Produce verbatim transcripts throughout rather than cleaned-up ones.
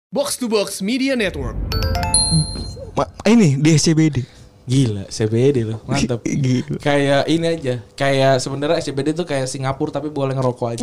Box to Box Media Network. Ma- ini di S C B D. Gila, S C B D loh, mantap. Gila. Kayak ini aja, kayak sebenarnya S C B D tuh kayak Singapura tapi boleh ngerokok aja.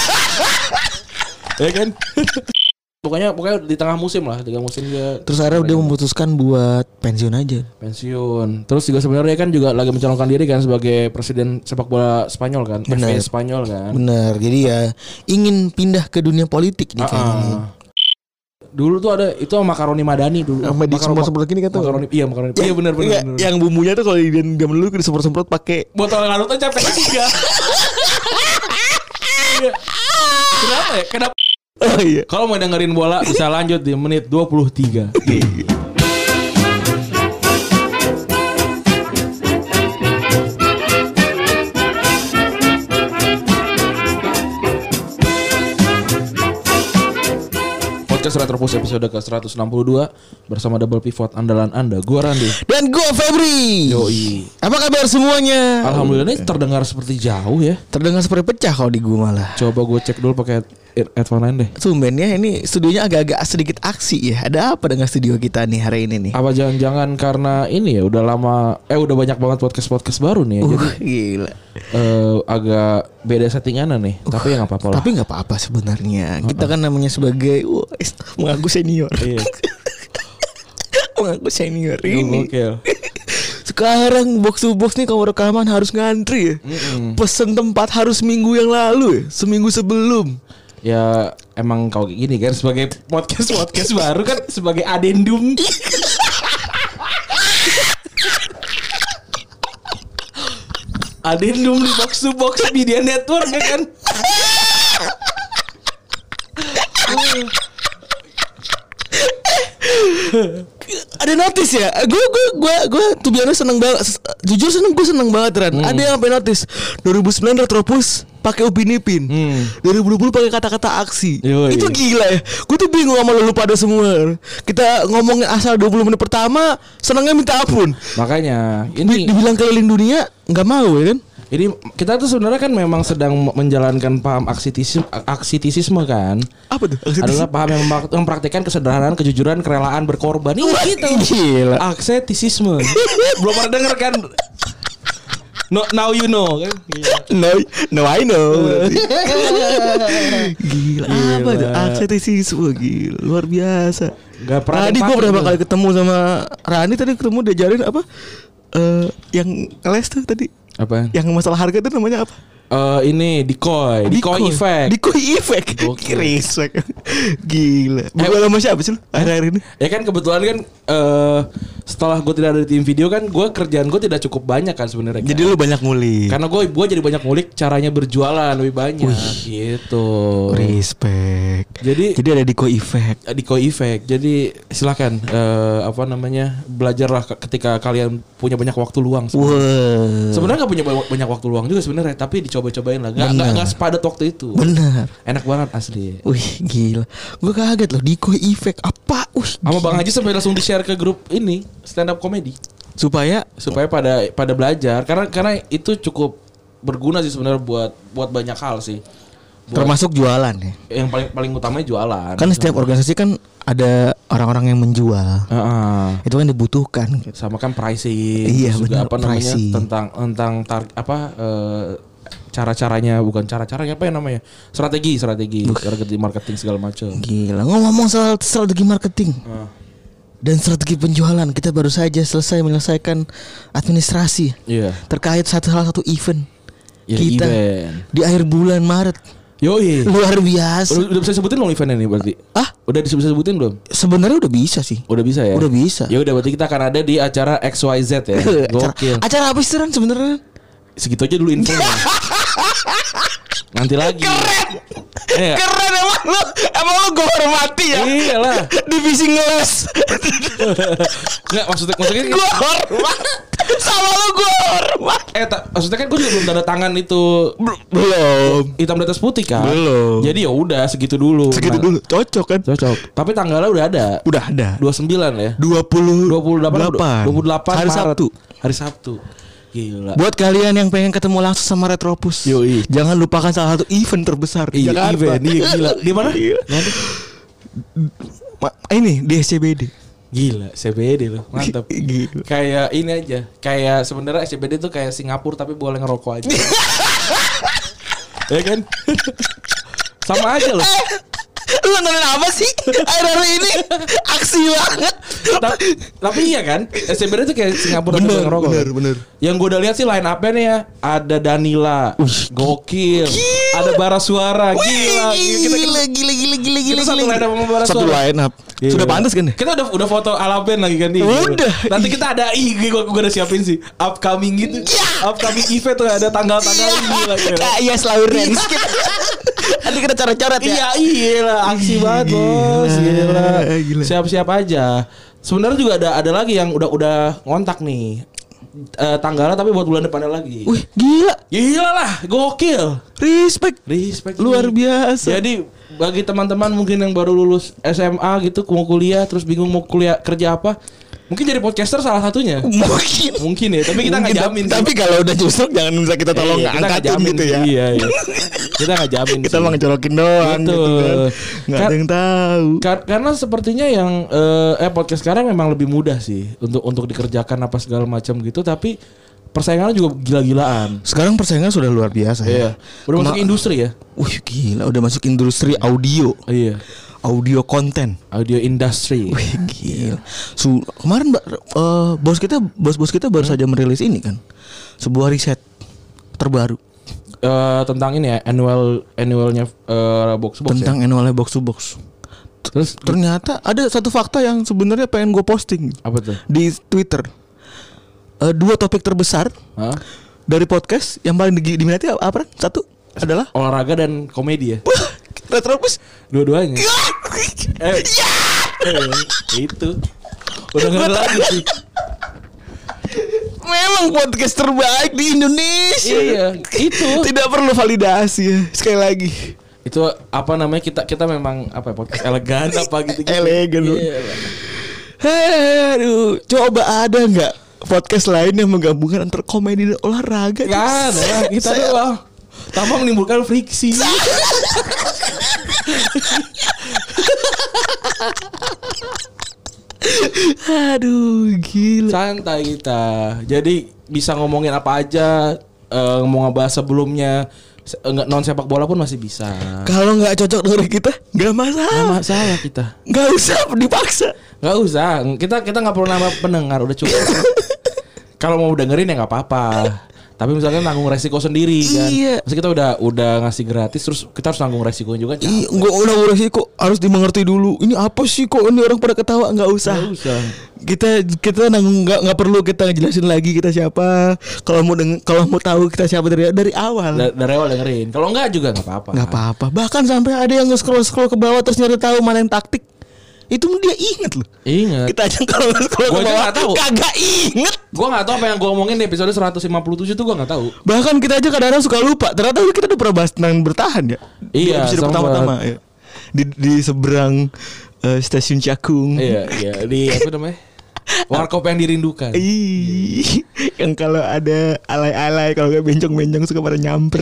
Ya kan? Pokoknya pokoknya di tengah musim lah, di tengah musim dia. Terus akhirnya dia memutuskan buat pensiun aja. Pensiun. Terus juga sebenarnya kan juga lagi mencalonkan diri kan sebagai presiden sepak bola Spanyol kan, F A Spanyol kan. Bener. Jadi ya ingin pindah ke dunia politik nih kayaknya. Dulu tuh ada itu makaroni Madani dulu. Sama di semprot-semprot gini kata. Makaroni, iya makaroni. Iya benar benar. Yang bumbunya tuh kalau di zaman dulu disemprot-semprot pakai botol larut aja capek tiga. Kenapa ya? Kenapa? Oh iya. Kalau mau dengerin bola bisa lanjut di menit dua puluh tiga. Podcast Retropus episode ke seratus enam puluh dua bersama double pivot andalan Anda, gua Randi dan gua Febri. Yoi. Apa kabar semuanya? Alhamdulillah ini terdengar seperti jauh ya. Terdengar seperti pecah kalau di gua malah. Coba gua cek dulu pakai headphone lain deh. Tumben ya, ini studionya agak-agak sedikit aksi ya. Ada apa dengan studio kita nih hari ini nih? Apa jangan-jangan karena ini ya udah lama eh udah banyak banget podcast-podcast baru nih ya. Uh, jadi gila. Uh, agak beda settingannya nih. Uh, tapi ya enggak apa-apa lah. Tapi enggak apa-apa sebenarnya. Kita kan namanya sebagai wah, mengaku senior. Iya. Mengaku senior ini. Oke. Sekarang box to box nih kalau rekaman harus ngantri ya. Mm-mm. Pesen tempat harus minggu yang lalu ya, seminggu sebelum. Ya emang kau gini kan sebagai podcast podcast baru kan sebagai adendum. Adendum di box to box media network ya kan. Ada notis ya. Gue gue gue gue tuh biasanya seneng banget. Jujur seneng gue seneng banget Ran. Hmm. Ada yang sampai notis dua ribu sembilan Retropus pakai Upin Ipin. Hmm. dua ribu dua puluh pakai kata-kata aksi. Yoi. Itu gila ya. Gue tuh bingung sama lu pada semua. Kita ngomongin asal dua puluh menit pertama senengnya minta ampun. Makanya ini dibilang keliling dunia nggak mau ya kan. Jadi kita tuh sebenarnya kan memang sedang menjalankan paham aksitisme, aksitisisme kan. Apa tuh? Aksitisme? Adalah paham yang mempraktikkan kesederhanaan, kejujuran, kerelaan, berkorban. Ini gitu. Gila. Aksitisisme. Belum pernah denger kan? No, now you know kan? No, no I know. Gila. Gila. Apa tuh? Aksitisisme gila. Luar biasa. Gak pernah. Tadi gue pertama kali ketemu sama Rani tadi ketemu diajarin apa? Uh, yang les tuh tadi. Apa? Yang masalah harga itu namanya apa? Uh, ini decoy, decoy effect. Decoy effect. Respect. Gila. Bukan sama siapa sih lu akhir-akhir ini? Ya kan kebetulan kan uh, setelah gue tidak ada di tim video kan gue kerjaan gue tidak cukup banyak kan sebenarnya. Jadi kan? Lu banyak ngulik. Karena gue gue jadi banyak ngulik caranya berjualan lebih banyak. Wih, gitu. Respect. Jadi jadi ada decoy effect. Decoy effect. Jadi silakan uh, apa namanya belajarlah ketika kalian punya banyak waktu luang. Wow. Sebenarnya nggak punya banyak waktu luang juga sebenarnya, tapi dicoba-cobain lah. Nggak nggak nggak sepadat waktu itu. Benar. Enak banget asli. Wih gila. Gue kaget loh decoy effect apa? Wih. Sama Bang Haji sampai langsung di-share ke grup ini stand up comedy. Supaya supaya pada pada belajar karena karena itu cukup berguna sih sebenarnya buat buat banyak hal sih. Buat, termasuk jualan ya. Yang paling paling utamanya jualan. Kan setiap organisasi kan ada orang-orang yang menjual. Uh-uh. Itu kan dibutuhkan. Sama kan pricing. Iya, juga bener, apa namanya pricing. tentang tentang tar, apa uh, cara-caranya bukan cara-caranya apa ya namanya strategi strategi strategi marketing segala macam. Gila ngomong soal strategi marketing uh. dan strategi penjualan, kita baru saja selesai menyelesaikan administrasi yeah. terkait satu salah satu event yeah, kita event. Di akhir bulan Maret. Yoi. Luar biasa. Udah, udah bisa sebutin belum eventnya nih berarti? Ah? Udah bisa sebutin belum? Sebenarnya udah bisa sih. Udah bisa ya? Udah bisa. Ya udah berarti kita akan ada di acara X Y Z ya. Gokil. Acara, acara apa sih Ran sebenarnya? Segitu aja dulu infonya. Nanti lagi. Keren. Eh, Keren emang lu. Emang lu gue hormati ya. Iyalah. Divisi ngeles. Enggak maksudnya maksudnya gue hormat. Sama lu gue hormat. Eh tak, maksudnya kan gue juga belum tanda tangan itu. Belum. Hitam di atas putih kan. Belum. Jadi ya udah segitu dulu. Segitu nah, dulu. Cocok kan? Cocok. Tapi tanggalnya udah ada. Udah ada. dua puluh sembilan ya. dua puluh dua puluh delapan dua puluh delapan hari Maret. Sabtu. Hari Sabtu. Gila. Buat kalian yang pengen ketemu langsung sama Retropus, Yoi. jangan lupakan salah satu event terbesar di Jakarta. Event, iya gila. Di mana? Ma- ini di S C B D. Gila, C B D loh, mantap. Gila. Kayak ini aja, kayak sebenarnya C B D tuh kayak Singapura tapi boleh ngerokok aja. Ya kan? Sama aja loh. Lu nontonin apa sih akhir-akhir ini? Aksi banget. Ta- Tapi iya kan, S C B D tuh kayak Singapura tapi boleh ngerokok. Bener, kan? bener. Yang gue udah lihat sih line up-nya nih ya, ada Danila, Ush, gokil, gila. Ada Bara Suara, gila, gila, kita, gila, gila, gila, gila, gila, kita satu line up sama Bara Satu Suara. line up. Gila. Sudah pantas kan? Kita udah udah foto ala band lagi kan nih. Udah. Nanti kita ada ih gue gue udah siapin sih upcoming gitu. Yeah. Upcoming event tuh ada tanggal-tanggal yeah. gila gila. Kayak Yes Lawrence kita. Nanti kita coret-coret ya. Iya, iya aksi banget bos. Gila. Gila. Siap-siap aja. Sebenarnya juga ada ada lagi yang udah udah ngontak nih. Uh, tanggalnya tapi buat bulan depannya lagi. Wih, gila. Gila lah, gokil. Respect. Respect. Luar nih. biasa. Jadi bagi teman-teman mungkin yang baru lulus S M A gitu mau kuliah terus bingung mau kuliah kerja apa, mungkin jadi podcaster salah satunya. Mungkin. Mungkin ya, tapi kita nggak jamin. Tapi sih. Kalau udah justru jangan bisa kita tolong eh, iya, angkatin gitu ya. Iya, iya. Kita nggak jamin. Kita mah ngejorokin doang gitu kan. Nggak ada yang tahu. Kar- karena sepertinya yang eh, eh podcast sekarang memang lebih mudah sih untuk untuk dikerjakan apa segala macam gitu, tapi persaingannya juga gila-gilaan. Sekarang persaingan sudah luar biasa Iya. ya. Udah Kema- masuk industri ya? Wih gila, udah masuk industri audio. Iya. Audio konten. Audio industry. Wih gila. Su- kemarin mbak, uh, bos kita, bos-bos kita baru hmm? saja merilis ini kan, sebuah riset terbaru. Uh, tentang ini ya, annual annualnya uh, box box. Tentang ya? annualnya box to box. Terus ternyata ada satu fakta yang sebenarnya pengen gue posting. Apa tuh? Di Twitter. Uh, dua topik terbesar Hah? dari podcast yang paling di- diminati apa? Satu adalah olahraga dan komedi ya. Retropus. Dua-duanya. eh, Ya. eh, itu. Udah nggak ada lagi sih. Memang podcast terbaik di Indonesia. Iya, itu. Tidak perlu validasi ya. Sekali lagi. Itu apa namanya, kita kita memang apa ya, podcast elegan apa gitu. Elegan. Iya. Aduh, coba ada nggak podcast lain yang menggabungkan antara komedi dan olahraga? Gak ada lah, kita Saya- doang. Tanpa menimbulkan friksi. Aduh, gila. Santai kita. Jadi bisa ngomongin apa aja, uh, ngomong bahas sebelumnya, se- nggak non sepak bola pun masih bisa. Kalau nggak cocok dengan kita, nggak Nggak masalah. masalah kita. Nggak usah dipaksa. Nggak usah. Kita kita nggak perlu nambah pendengar, udah cukup. Kalau mau dengerin ya nggak apa-apa. Tapi misalkan nanggung resiko sendiri kan. Iya. Maksudnya kita udah udah ngasih gratis, terus kita harus nanggung resikonya juga. Iya, nggak udah udah sih kok harus dimengerti dulu. Ini apa sih kok ini orang pada ketawa? Nggak usah. Nggak usah. Kita kita nanggung, nggak nggak perlu kita ngejelasin lagi kita siapa. Kalau mau deng kalau mau tahu kita siapa dari dari awal. Da- dari awal dengerin. Kalau enggak juga nggak apa-apa. Nggak apa-apa. Bahkan sampai ada yang nge-scroll scroll ke bawah terus nyari tahu mana yang taktik. Itu dia inget loh. Ingat. Kita aja kalau nge-scroll Gua ke aja bawah nggak tahu. kagak inget. Gue nggak tahu apa yang gue omongin di episode seratus lima puluh tujuh tuh gue nggak tahu. Bahkan kita aja kadang-kadang suka lupa. Ternyata kita udah pernah bahas tentang bertahan ya. Di Iya, episode sempat. pertama-tama ya. Di di seberang eh, stasiun Cakung. Iya, iya di apa namanya? Warkop yang dirindukan. Ih, yang kalau ada alay-alay, kalau gak bencong-bencong suka pada nyamper.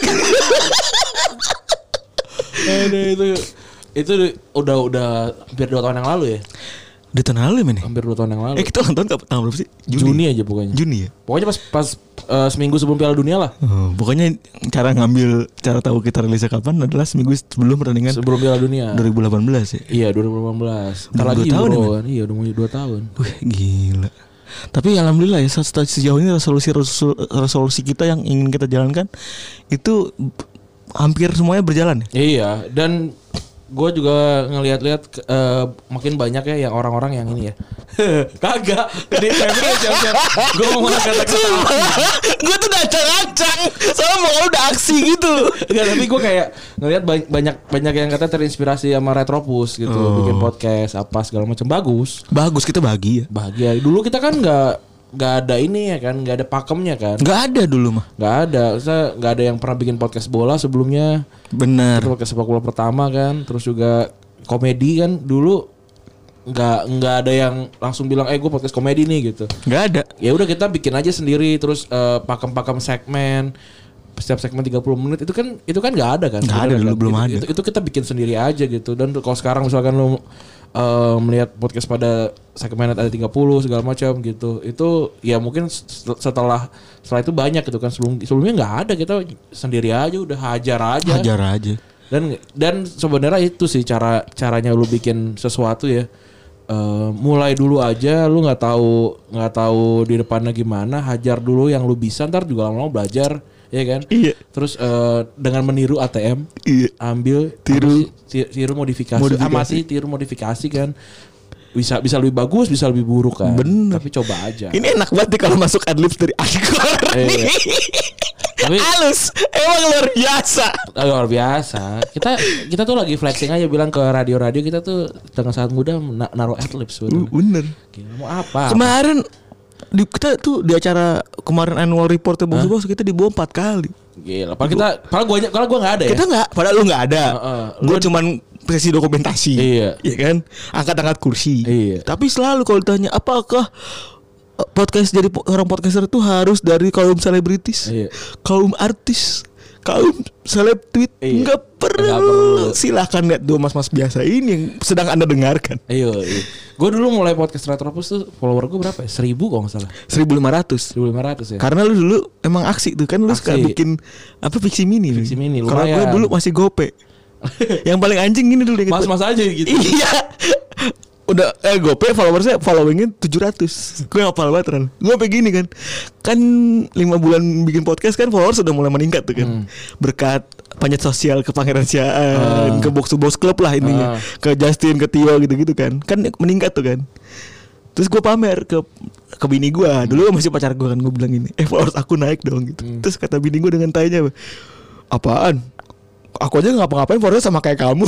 Aduh, itu itu udah udah hampir dua tahun yang lalu ya. Di tahun lalu men. Hampir dua tahun yang lalu. Eh kita ulang tahun kapan? Tahun berapa sih? Juni aja pokoknya. Juni ya. Pokoknya pas pas uh, seminggu sebelum Piala Dunia lah. Oh, pokoknya cara ngambil cara tahu kita rilisnya kapan adalah seminggu sebelum pertandingan Sebelum Piala Dunia. dua ribu delapan belas ya. Iya dua ribu delapan belas. Ntar Udah lagi dua tahun Euro ya, kan. Iya udah mau dua tahun. Wih gila. Tapi alhamdulillah ya se- sejauh ini resolusi resolusi kita yang ingin kita jalankan itu hampir semuanya berjalan ya. Iya, dan gue juga ngelihat-lihat uh, makin banyak ya yang orang-orang yang ini ya. Kagak. Jadi saya pikir siap-siap. Gue mau kata-kata. Gue tuh udah acang-acang. Soalnya mau udah aksi gitu. Enggak, tapi gue kayak ngelihat banyak banyak yang kata terinspirasi sama Retropus gitu, Oh. bikin podcast apa segala macam, bagus. Bagus, kita bahagia. Bahagia. Dulu kita kan nggak nggak ada ini ya kan, nggak ada pakemnya kan. Nggak ada dulu mah. Nggak ada, saya nggak ada yang pernah bikin podcast bola sebelumnya. Benar. Itu podcast sepak bola pertama kan, terus juga komedi kan dulu nggak nggak ada yang langsung bilang eh gue podcast komedi nih gitu. Nggak ada. Ya udah kita bikin aja sendiri, terus eh, pakem-pakem segmen, setiap segmen tiga puluh menit itu kan itu kan nggak ada kan. Nggak ada Sebenarnya dulu, kan. belum itu, ada. Itu, itu kita bikin sendiri aja gitu. Dan kalau sekarang misalkan lu uh, melihat podcast pada segmen ada tiga puluh segala macam gitu. Itu ya mungkin setelah setelah itu banyak gitu kan. Sebelum sebelumnya nggak ada, kita sendiri aja udah hajar aja. Hajar aja. Dan dan sebenarnya itu sih cara caranya lu bikin sesuatu ya. Uh, mulai dulu aja, lu nggak tahu nggak tahu di depannya gimana, hajar dulu yang lu bisa, ntar juga lama-lama belajar, ya kan? Iya. Terus uh, dengan meniru A T M, iya. ambil tiru, sih, tiru modifikasi, modifikasi. amati tiru modifikasi kan, bisa bisa lebih bagus, bisa lebih buruk kan. Bener. Tapi coba aja. Ini enak banget nih kalau masuk adlibs dari Anchor. Iya. Tapi halus, emang luar biasa. Luar biasa. Kita kita tuh lagi flexing aja, bilang ke radio-radio kita tuh dengan sangat mudah na- naruh adlibs. Bener. Gila, mau apa? Kemarin di, kita tuh di acara kemarin annual report Bos Bos kita dibawa empat kali. Gila. Padahal kita, padahal gua kalau gua nggak ada ya. Kita nggak, padahal lu nggak ada. Uh, uh, Gue cuman sesi dokumentasi. Iya. Iya kan, angkat-angkat kursi. Iya. Tapi selalu kalau ditanya apakah podcast jadi orang podcaster itu harus dari kaum selebritis, iya. kaum artis, kaum seleb tweet, iya. nggak perlu. Nggak perlu. Silahkan lihat dua mas-mas biasa ini yang sedang anda dengarkan. Iya, iya. Gue dulu mulai podcast Retropus tuh follower gue berapa ya? Seribu kalau nggak salah. Seribu lima ratus. Seribu lima ratus ya. Karena lu dulu emang aksi tuh kan, lu suka bikin apa fiksi mini. Fiksi mini. Kalau gue dulu masih gope. Yang paling anjing gini dulu. Mas-mas aja gitu. Iya. Udah eh GoPay followersnya followingnya tujuh ratus. Gue hafal banget kan. Gue sampai gini kan. Kan lima bulan bikin podcast kan followers sudah mulai meningkat tuh kan. Hmm. Berkat panjat sosial ke Pangeran Siaan, uh. ke Box to Box Club lah intinya. Uh. Ke Justin, ke Tio gitu-gitu kan. Kan meningkat tuh kan. Terus gue pamer ke ke bini gue. Dulu masih pacar gue kan, gue bilang gini, "Eh followers aku naik dong" gitu. Hmm. Terus kata bini gue dengan tanya, "Apaan? Aku aja gak ngapa-ngapain followers sama kayak kamu."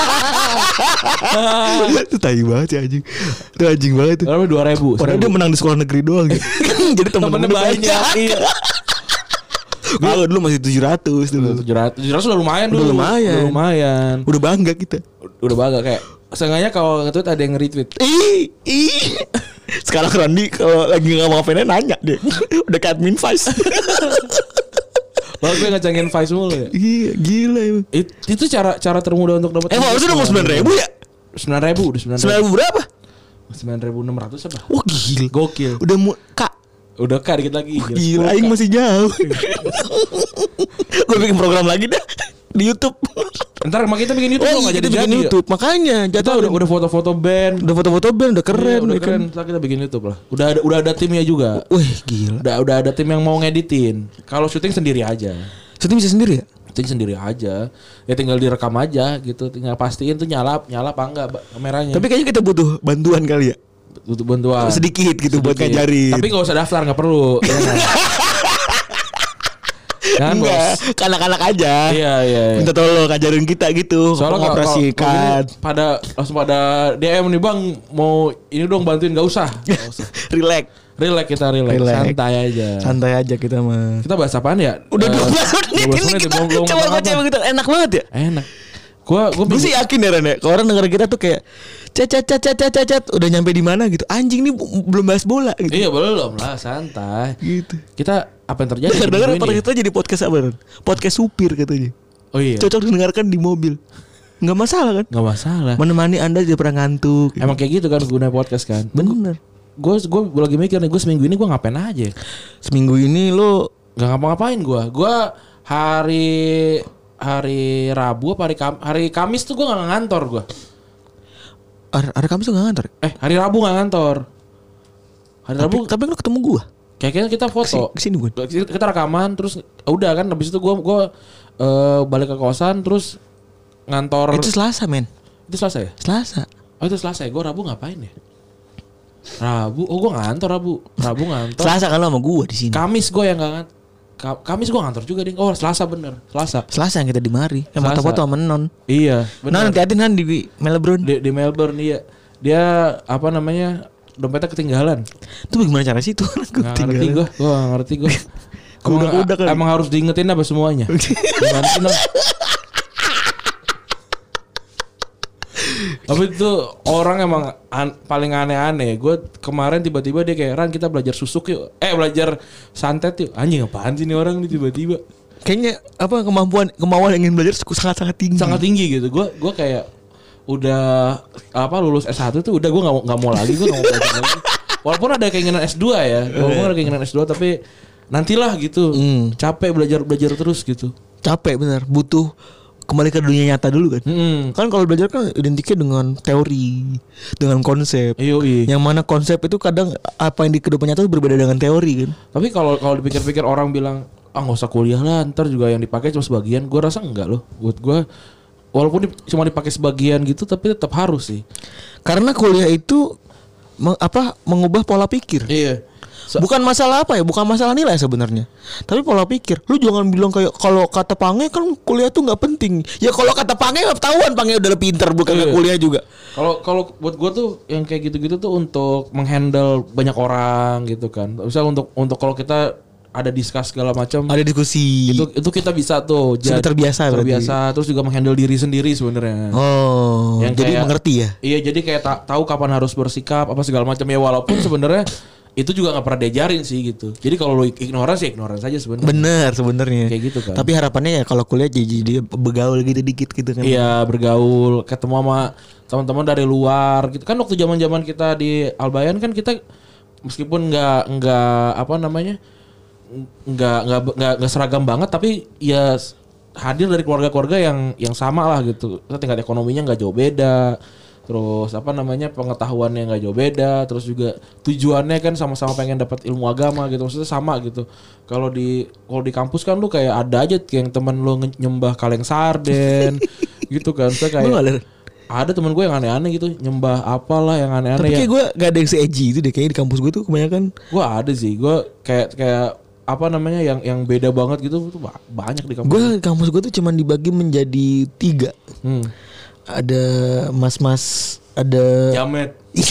Itu tai banget sih anjing. Itu anjing banget tuh. Berapa dua ribu? Padahal dia menang di sekolah negeri doang gitu. Jadi temen-temennya banyak. Iya. Gue dulu masih tujuh ratus dulu. tujuh ratus tujuh ratus udah lumayan dulu. Udah lumayan. Udah lumayan. Udah bangga kita. Udah bangga kayak seenggaknya kalau nge-tweet ada yang retweet. Ih, ih. Sekarang Randy kalau lagi gak mau ngapain nanya dia. Udah ke admin Vice. Lalu gue ngecengin Vice mulu ya. Iya, gila ya. It, itu cara cara termudah untuk dapat. Eh, harusnya udah mau sembilan ribu ya? Sembilan ribu udah sembilan ribu. Sembilan ribu berapa? Sembilan ribu enam ratus apa? Wah gila. Gokil. Udah mu kak. Udah kak dikit lagi. Wah, gila, Aing masih jauh. Gue bikin program lagi dah di YouTube. Ntar mak kita bikin YouTube. Oh, nggak jadi jadi bikin YouTube. Ya? Makanya jatuh udah udah foto-foto band. Udah foto-foto band udah keren. Iya, udah keren. Ntar kita bikin YouTube lah. Udah ada udah ada timnya juga. Wih gila. Udah udah ada tim yang mau ngeditin. Kalau syuting sendiri aja. Syuting bisa sendiri ya? Syuting sendiri aja. Ya tinggal direkam aja gitu. Tinggal pastiin tuh nyala nyala apa enggak kameranya. Tapi kayaknya kita butuh bantuan kali ya. Butuh bantuan. Sedikit gitu. Sedikit. Buat ngajarin. Tapi gak usah daftar, gak perlu. Jangan bos. Anak-anak aja. Iya iya. Minta tolong ngajarin kita gitu. Soalnya mengoperasikan. Pada langsung pada D M nih bang, mau ini dong bantuin, gak usah. Gak usah. Relax. Relax kita relax. relax. Santai aja. Santai aja kita mah. Kita bahas apaan ya? Udah dua belas menit ini kita. Coba baca begitu. Enak banget ya. Enak. Gua gua gue sih yakin ya Ren ya. Kalau orang denger kita tuh kayak cat cat cat cat cat cat udah nyampe di mana gitu. Anjing nih belum bahas bola gitu. Iya belum lah, santai. Gitu. Kita apa yang terjadi? Dengar-dengar podcast kita jadi podcast apa Ren? Podcast supir katanya. Oh iya. Cocok didengarkan di mobil. Enggak masalah kan? Enggak masalah. Menemani Anda tidak pernah ngantuk. Gitu. Emang kayak gitu kan guna podcast kan? Bener. Gue gue lagi mikir nih, gue seminggu ini gue ngapain aja? Seminggu ini lo nggak ngapa-ngapain gue. Gue hari hari Rabu apa hari Kam hari Kamis tuh gue nggak ngantor gue. Hari, hari Kamis tuh nggak ngantor? Eh hari Rabu nggak ngantor. Hari tapi, Rabu. Tapi lo ketemu gue. Kayaknya kita foto. Kesini, kesini gue. Kita rekaman terus udah kan. Habis itu gue gue uh, balik ke kosan terus ngantor. Itu Selasa men. Itu Selasa ya? Selasa. Oh itu Selasa ya. Gue Rabu ngapain ya? Rabu, oh gue ngantor Rabu, Rabu ngantor. Selasa kan lo sama gue di sini. Kamis gue yang nggak ngantor. Kamis gue ngantor juga ding. Oh Selasa bener, Selasa. Selasa yang kita di mari. Yang foto-foto sama Non. Iya. Bener. Non hati-hati kan di Melbourne. Di, di Melbourne iya. Dia apa namanya dompetnya ketinggalan. Itu bagaimana cara sih itu? Gak ngerti gue, gue gak ngerti gue. Udah-udah kan. Emang harus diingetin apa semuanya. Gimana sih Non? Tapi itu orang emang an- paling aneh-aneh. Gue kemarin tiba-tiba dia kayak Ran kita belajar susuk yuk. Eh belajar santet yuk. Anjing apaan sih nih orang nih tiba-tiba. Kayaknya apa kemampuan kemauan ingin belajar sangat-sangat tinggi. Sangat tinggi gitu. Gue gue kayak udah apa lulus S satu tuh udah gue nggak nggak mau lagi, gue nggak mau belajar lagi. Walaupun ada keinginan S dua ya, walaupun ada keinginan S dua tapi nantilah gitu. Hmm. Capek belajar belajar terus gitu. Capek bener, butuh kembali ke dunia nyata dulu kan. Hmm. Kan kalau belajar kan identiknya dengan teori, dengan konsep. Yoi. Yang mana konsep itu kadang apa yang di kehidupan nyata itu berbeda dengan teori kan. Tapi kalau kalau dipikir-pikir orang bilang ah nggak usah kuliah lah, ntar juga yang dipakai cuma sebagian. Gue rasa enggak loh. Buat gue walaupun di, cuma dipakai sebagian gitu, tapi tetap harus sih. Karena kuliah itu meng, apa mengubah pola pikir. Iya. So, bukan masalah apa ya, bukan masalah nilai sebenarnya, tapi pola pikir. Lu jangan bilang kayak kalau kata Pange kan kuliah tuh nggak penting. Ya kalau kata Pange ketahuan Pange udah pinter bukan iya. kuliah juga. Kalau kalau buat gue tuh yang kayak gitu-gitu tuh untuk menghandle banyak orang gitu kan. Misal untuk untuk kalau kita ada diskus segala macam, ada diskusi. Itu itu kita bisa tuh sudah jadi, terbiasa terbiasa berarti. Terus juga menghandle diri sendiri sebenarnya. Oh, yang jadi kayak, mengerti ya. Iya, jadi kayak ta- tahu kapan harus bersikap apa segala macam ya, walaupun sebenarnya itu juga nggak pernah diajarin sih gitu. Jadi kalau lu ignoran sih ignoran saja sebenarnya. Bener sebenarnya. Kayak gitu kan. Tapi harapannya ya kalau kuliah jadi dia bergaul gitu dikit gitu kan. Iya, bergaul, ketemu sama teman-teman dari luar gitu. Kan waktu zaman-zaman kita di Albayan kan kita meskipun nggak nggak apa namanya nggak nggak nggak seragam banget, tapi ya hadir dari keluarga-keluarga yang yang sama lah gitu. Tingkat ekonominya nggak jauh beda. Terus apa namanya pengetahuannya nggak jauh beda, terus juga tujuannya kan sama-sama pengen dapat ilmu agama gitu, maksudnya sama gitu. Kalau di kalau di kampus kan lu kayak ada aja yang teman lu nyembah kaleng sarden gitu kan, saya kayak ada teman gue yang aneh-aneh gitu nyembah apalah yang aneh-aneh. Tapi kayak ya. gue gak ada yang se-edgy itu deh kayaknya di kampus gue tuh kebanyakan. Gue ada sih, gue kayak kayak apa namanya yang yang beda banget gitu tuh banyak di kampus. Gue kampus gue tuh cuman dibagi menjadi tiga. Hmm. Ada mas-mas, ada jamet.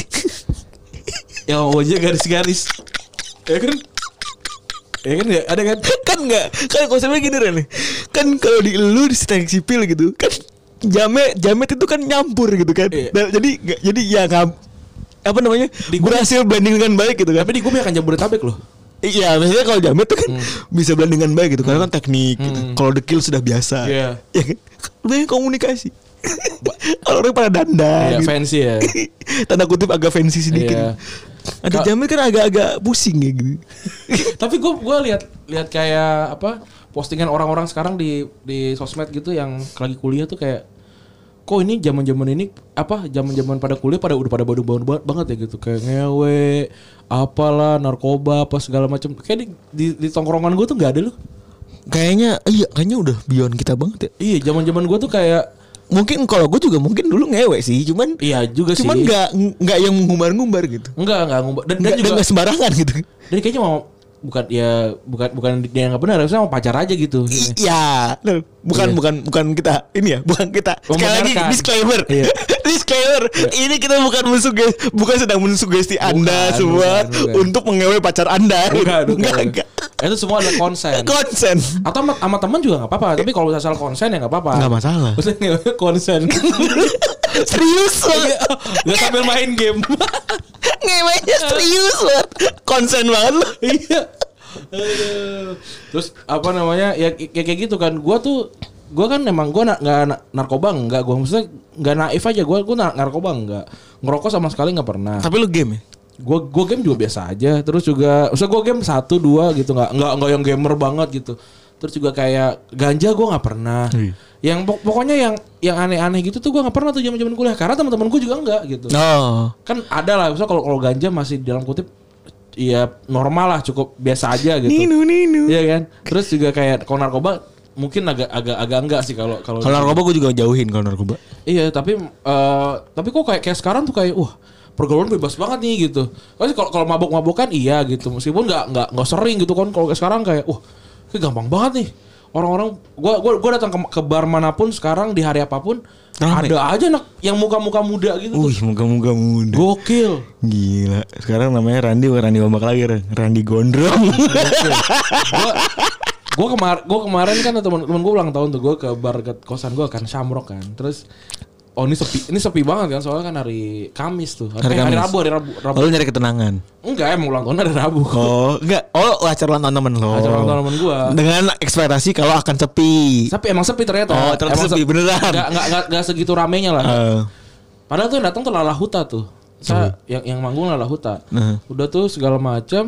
Yang wajah garis-garis. Ya kan? Ya kan ya, ada kan? Kan enggak. Kan konsepnya gini Ren. Kan kalau di lu di teknik sipil gitu, kan jamet jamet itu kan nyampur gitu kan. Iya. Dan, jadi gak, jadi ya ngam, apa namanya? Di berhasil blending dengan baik gitu kan. Tapi di gue akan Jabodetabek loh. Iya, maksudnya kalau jamet tuh kan hmm. bisa blending dengan baik gitu. Hmm. Karena kan teknik hmm. gitu. Kalau dekil sudah biasa. Iya. Ya kan? Lebih komunikasi. Kalau orang pada dandan ya, gitu. Fancy ya. Tanda kutip agak fancy sedikit. Iya. Ada jamet kan agak-agak pusing ya gitu. Tapi gue gue lihat lihat kayak apa postingan orang-orang sekarang di di sosmed gitu yang lagi kuliah tuh kayak kok ini zaman-zaman ini apa zaman-zaman pada kuliah pada udah pada baru-baru banget ya gitu, kayak ngewe apalah narkoba apa segala macam. Kayak di, di, di tongkrongan gue tuh nggak ada loh. Kayaknya iya kayaknya udah beyond kita banget ya. Iya, zaman-zaman gue tuh kayak mungkin kalau gue juga mungkin dulu ngewe sih, cuman iya juga cuman sih. Cuman nggak nggak yang ngumbar-ngumbar gitu. Enggak enggak ngumbar dan, dan nggak, juga nggak sembarangan gitu. Dan kayaknya mau bukan ya bukan bukan dia nggak benar, harusnya mau pacar aja gitu. Iya, bukan iya. bukan bukan kita ini ya, bukan kita. Sekali lagi disclaimer, iya. disclaimer. Iya. Ini kita bukan mensugesti, bukan sedang mensugesti Anda bukan, semua bukan, bukan. untuk mengewe pacar Anda. Bukan, bukan. Enggak, enggak. Itu semua adalah konsen. Konsen. Atau sama teman juga nggak apa-apa. Tapi kalau asal konsen ya nggak apa-apa. Nggak masalah. Maksudnya konsen. Serius banget. Gak sambil main game. Ngewenya serius banget. Konsen banget loh. Iya. Terus apa namanya ya kayak kayak gitu kan. Gue tuh gue kan emang gue nggak na- narkoba nggak. Gue maksudnya nggak naif aja. Gue gue narkoba nggak. Ngerokok sama sekali nggak pernah. Tapi lu game ya? Gue gue game juga biasa aja. Terus juga, usah gue game satu dua gitu, nggak nggak nggak yang gamer banget gitu. Terus juga kayak ganja gue nggak pernah. Hmm. Yang pok- pokoknya yang yang aneh-aneh gitu tuh gue nggak pernah tuh zaman-zaman kuliah. Karena teman-teman gue juga nggak gitu. Oh. Kan ada lah. Misal kalau kalau ganja masih dalam kutip, ya normal lah, cukup biasa aja gitu. Ninu ninu. Iya kan. Terus juga kayak kalau narkoba mungkin agak agak agak enggak sih kalau kalau. Kalau narkoba gue juga jauhin kalau narkoba. Iya tapi uh, tapi kok kayak kayak sekarang tuh kayak wah. Pergaulan bebas banget nih gitu. Kalau kalau mabok-mabokan iya gitu. Meskipun nggak nggak nggak sering gitu kan. Kalau sekarang kayak, wah, kayak gampang banget nih. Orang-orang, gua gua gua datang ke, ke bar manapun sekarang di hari apapun Rame. Ada aja anak yang muka-muka muda gitu. Wih, muka-muka muda. Gokil. Gila. Sekarang namanya Randi, Randi Ombak lagi, Randi Gondrong. gua gua kemarin gua kemarin kan teman-teman gua ulang tahun tuh, gua ke bar ke kosan gua kan Shamrock kan. Terus oh ini sepi, ini sepi banget kan soalnya kan hari Kamis tuh. Hari, hari, Kamis. hari Rabu, hari Rabu. Rabu. Oh, lu nyari ketenangan. Enggak, emang ulang tahun hari Rabu. Oh, enggak. Oh, acara ulang tahun temen lo. Acara ulang tahun temen gua. Dengan ekspektasi kalau akan sepi. Tapi emang sepi ternyata. Oh, ternyata emang sepi sepi beneran. Enggak enggak enggak segitu ramenya lah. Uh. Padahal tuh yang datang tuh Lala Huta tuh. Saya yang yang manggung Lala Huta. Nah. Udah tuh segala macam.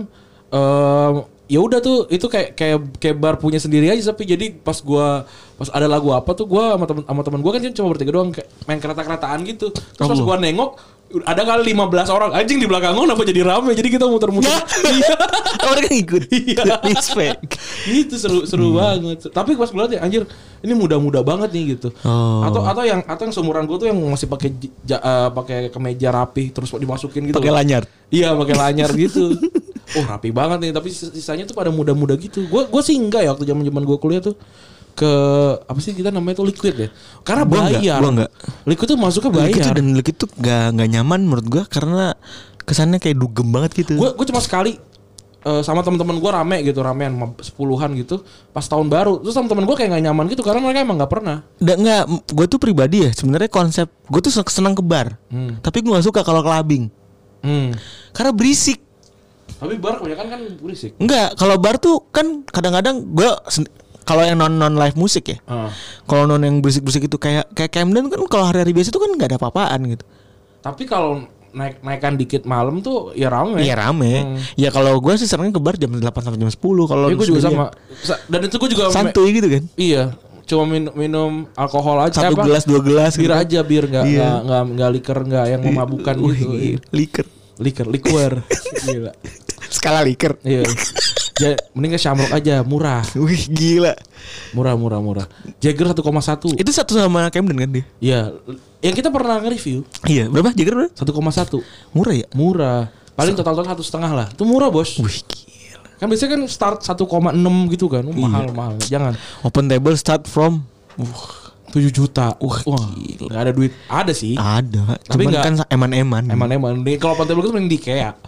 Um, ya udah tuh itu kayak kayak kayak bar punya sendiri aja. Tapi jadi pas gua pas ada lagu apa tuh gua sama teman sama teman gua kan cuma bertiga doang kayak main kereta-keretaan gitu. Terus pas gua nengok ada kali lima belas orang anjing di belakang gua, kenapa jadi rame, jadi kita muter-muter. Iya. Orang kan ngikut. Iya. Respect. Itu seru seru hmm. banget. Tapi pas gue liat ya anjir ini muda-muda banget nih gitu. Oh. Atau atau yang atau yang seumuran gue tuh yang masih pakai uh, pakai kemeja rapi terus dimasukin gitu. Pakai lanyar. Iya, pakai lanyar gitu. Oh, rapi banget nih, tapi sisanya tuh pada muda-muda gitu. Gue gue sih enggak ya waktu zaman-zaman gue kuliah tuh ke apa sih kita namanya tuh liquid ya, karena gua bayar. Enggak, gua enggak. Liquid tuh masuknya bayar. Liquid tuh dan liquid tuh gak, gak nyaman menurut gua karena kesannya kayak dugem banget gitu. Gue gue cuma sekali uh, sama teman-teman gue rame gitu, ramean sepuluhan gitu pas tahun baru. Terus teman-teman gue kayak gak nyaman gitu karena mereka emang gak pernah. Nggak nggak, gue tuh pribadi ya sebenarnya konsep gue tuh senang ke bar, hmm. tapi gue gak suka kalau clubbing, hmm. karena berisik. Tapi bar kebanyakan kan berisik. Enggak, kalau bar tuh kan kadang-kadang gue kalau yang non non live musik ya, uh. kalau non yang berisik-berisik itu kayak kayak Camden kan kalau hari-hari biasa itu kan nggak ada apa-apaan gitu. Tapi kalau naik naikkan dikit malam tuh ya rame. Iya rame. Hmm. Ya kalau gue sih seringnya ke bar jam delapan sampai jam sepuluh. Kalau ya, gue juga sama. Dan itu gue juga santuy gitu kan. Iya. Cuma minum, minum alkohol aja. Satu apa? gelas dua gelas. Bir gitu. aja bir nggak nggak iya. nggak nggak liker nggak yang memabukkan gitu. Iya. Liker. Liker liquor. Gila. Skala liker. Iya. Ya, mending ke Shamrock aja, murah. Wih, gila. Murah, murah, murah. Jagger satu koma satu. Itu satu sama Camden kan dia? Iya. Yang kita pernah nge-review. Iya, berapa Jagger berapa? satu koma satu. Murah ya? Murah. Paling total-total satu setengah lah. Itu murah, Bos. Wih, gila. Kan biasanya kan start satu koma enam gitu kan. Oh, mahal, iya. mahal. Jangan. Open table start from uh, tujuh juta. Wah, Wah, gila. Gak ada duit. Ada sih. Ada. Tapi cuman gak, kan eman-eman. Eman-eman. Kalau open table itu mending di Ikea.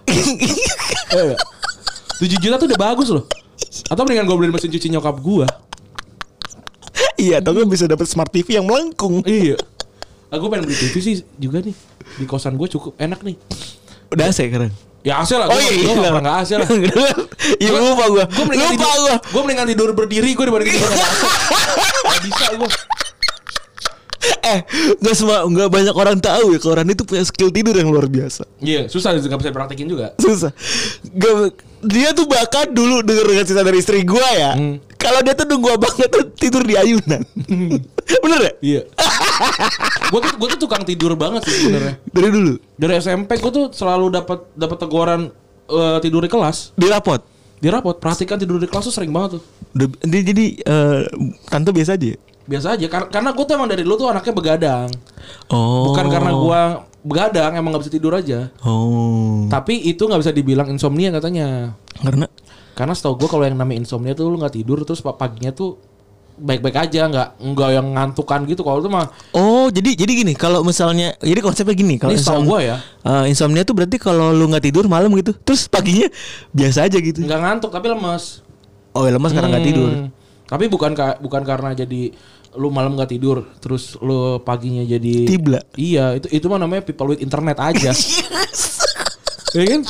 tujuh juta tuh udah bagus loh. Atau mendingan gue beliin mesin cuci nyokap gue. Iya, atau gue bisa dapat smart T V yang melengkung. Iya. Aku pengen beli T V sih juga nih. Di kosan gue cukup enak nih. Udah A C sekarang. Ya A C lah. Oh iya, gue gak pernah gak A C lah. Iya lupa gue. Gue mendingan lupa gue. Gue mendingan tidur berdiri gue dibanding tidur gak A C. Gak bisa gue. Eh, nggak semua, nggak banyak orang tahu ya kalau Randy itu punya skill tidur yang luar biasa. Iya, susah nggak bisa praktekin juga. Susah. Gak, dia tuh bahkan dulu denger dengan cerita dari istri gue ya. Hmm. Kalau dia tuh nunggu abangnya tuh tidur di ayunan. Hmm. Bener ya? Iya. Gue tuh gue tuh tukang tidur banget sih sebenarnya. Dari dulu. Dari S M P gue tuh selalu dapat dapat teguran uh, tidur di kelas. Di rapot. Di rapot. Perhatikan tidur di kelas tuh sering banget tuh. Udah, jadi uh, tante biasa aja. Biasa aja, Kar- karena gue tuh emang dari dulu tuh anaknya begadang. Oh. Bukan karena gue begadang, emang gak bisa tidur aja. Oh. Tapi itu gak bisa dibilang insomnia katanya. Karena? Karena setahu gue kalau yang namanya insomnia tuh lu gak tidur terus paginya tuh baik-baik aja, nggak nggak yang ngantukan gitu. Kalau itu mah. Oh, jadi jadi gini, kalau misalnya, jadi konsepnya gini, kalau insomnia gue ya. Uh, insomnia tuh berarti kalau lu nggak tidur malam gitu, terus paginya biasa aja gitu. Nggak ngantuk tapi lemas. Oh, ya lemas hmm. karena nggak tidur. Tapi bukan ka- bukan karena jadi lu malam nggak tidur terus lu paginya jadi tibla. Iya, itu itu mah namanya people with internet aja. Ya kan?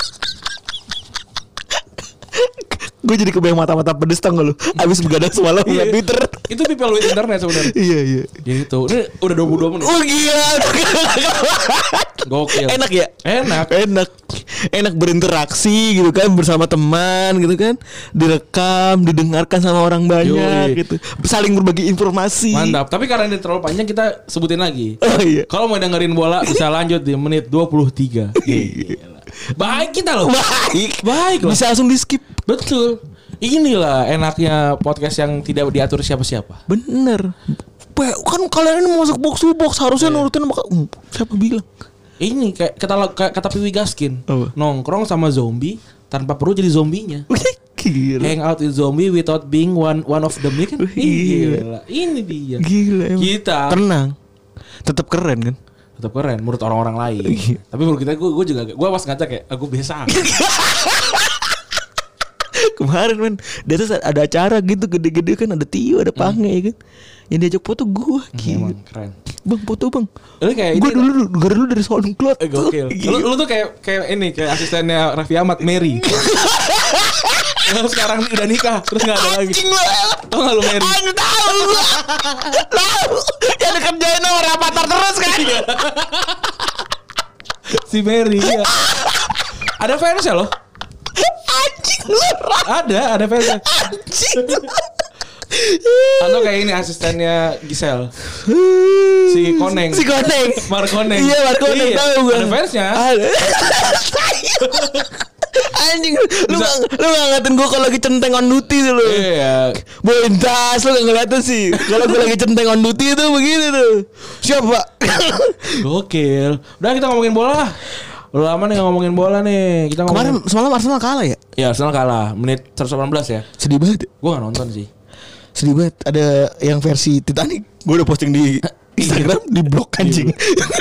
Gue jadi kebayang mata-mata pedes tau gak lu abis begadang semalam ngeliat Twitter. Itu people with internet sebenarnya. Iya iya. Gitu. Ini udah dua puluh dua menit. Oh gila. Gokil. Enak ya? Enak. Enak. Enak berinteraksi gitu kan bersama teman gitu kan. Direkam, didengarkan sama orang banyak. Yui. Gitu. Saling berbagi informasi. Mantap. Tapi karena ini terlalu panjang kita sebutin lagi. Oh iya. Kalau mau dengerin bola bisa lanjut di menit dua puluh tiga. Gila. Baik kita loh. Baik. Baik loh. Bisa langsung di skip. Betul. Inilah enaknya podcast yang tidak diatur siapa-siapa. Bener. Kan kalian ini mau masuk box to box harusnya yeah. nurutin sama um, siapa bilang? Ini kayak kata kata Piwi Gaskin. Oh. Nongkrong sama zombie tanpa perlu jadi zombinya. Gila. Hang out with zombie without being one one of them. Kan? Gila. Gila. Ini dia. Gila. Emang. Kita tenang. Tetap keren kan? Tetap keren menurut orang-orang lain. Tapi menurut kita gue gue juga gue pas ngaca kayak aku biasa. Kemarin men di atas ada acara gitu gede-gede kan, ada Tio, ada Pange hmm. kan. Yang diajak foto gue gitu. Emang keren. Bang foto bang. Lu kayak gue dulu denger dulu dari SoundCloud. Eh, gokil. Lu, lu tuh kayak kayak ini kayak asistennya Raffi Ahmad, Mary. Yang sekarang udah nikah terus enggak ada lagi. Anjing lu. Tahu enggak lu Mary? Anjing tahu gua. Tahu. Yang dikerjain sama Rapatar terus kan. Si Mary ya. Ada fansnya loh. Anjing lu. Ada, ada fansnya. Anjing. Atau kayak ini asistennya Gisel. Si Koneng. Si Koneng. Mar Koneng. Iya, Mar Koneng, tahu gue. Ada fansnya. Ada. Anjing, lu gak, lu gak ngeliatin gue kalau lagi centeng on duty tuh lu. Iya. Bointas lu gak ngeliatin sih. Kalau gue lagi centeng on duty tuh begini tuh. Siap pak. Gokil. Udah kita ngomongin bola lah. Udah lama nih ngomongin bola nih. Kita ngomongin... Kemarin semalam Arsenal kalah ya? Ya Arsenal kalah menit seratus delapan belas ya. Sedih banget. Gue gak nonton sih. Sedih banget. Ada yang versi Titanic. Gue udah posting di Instagram. Di blog anjing.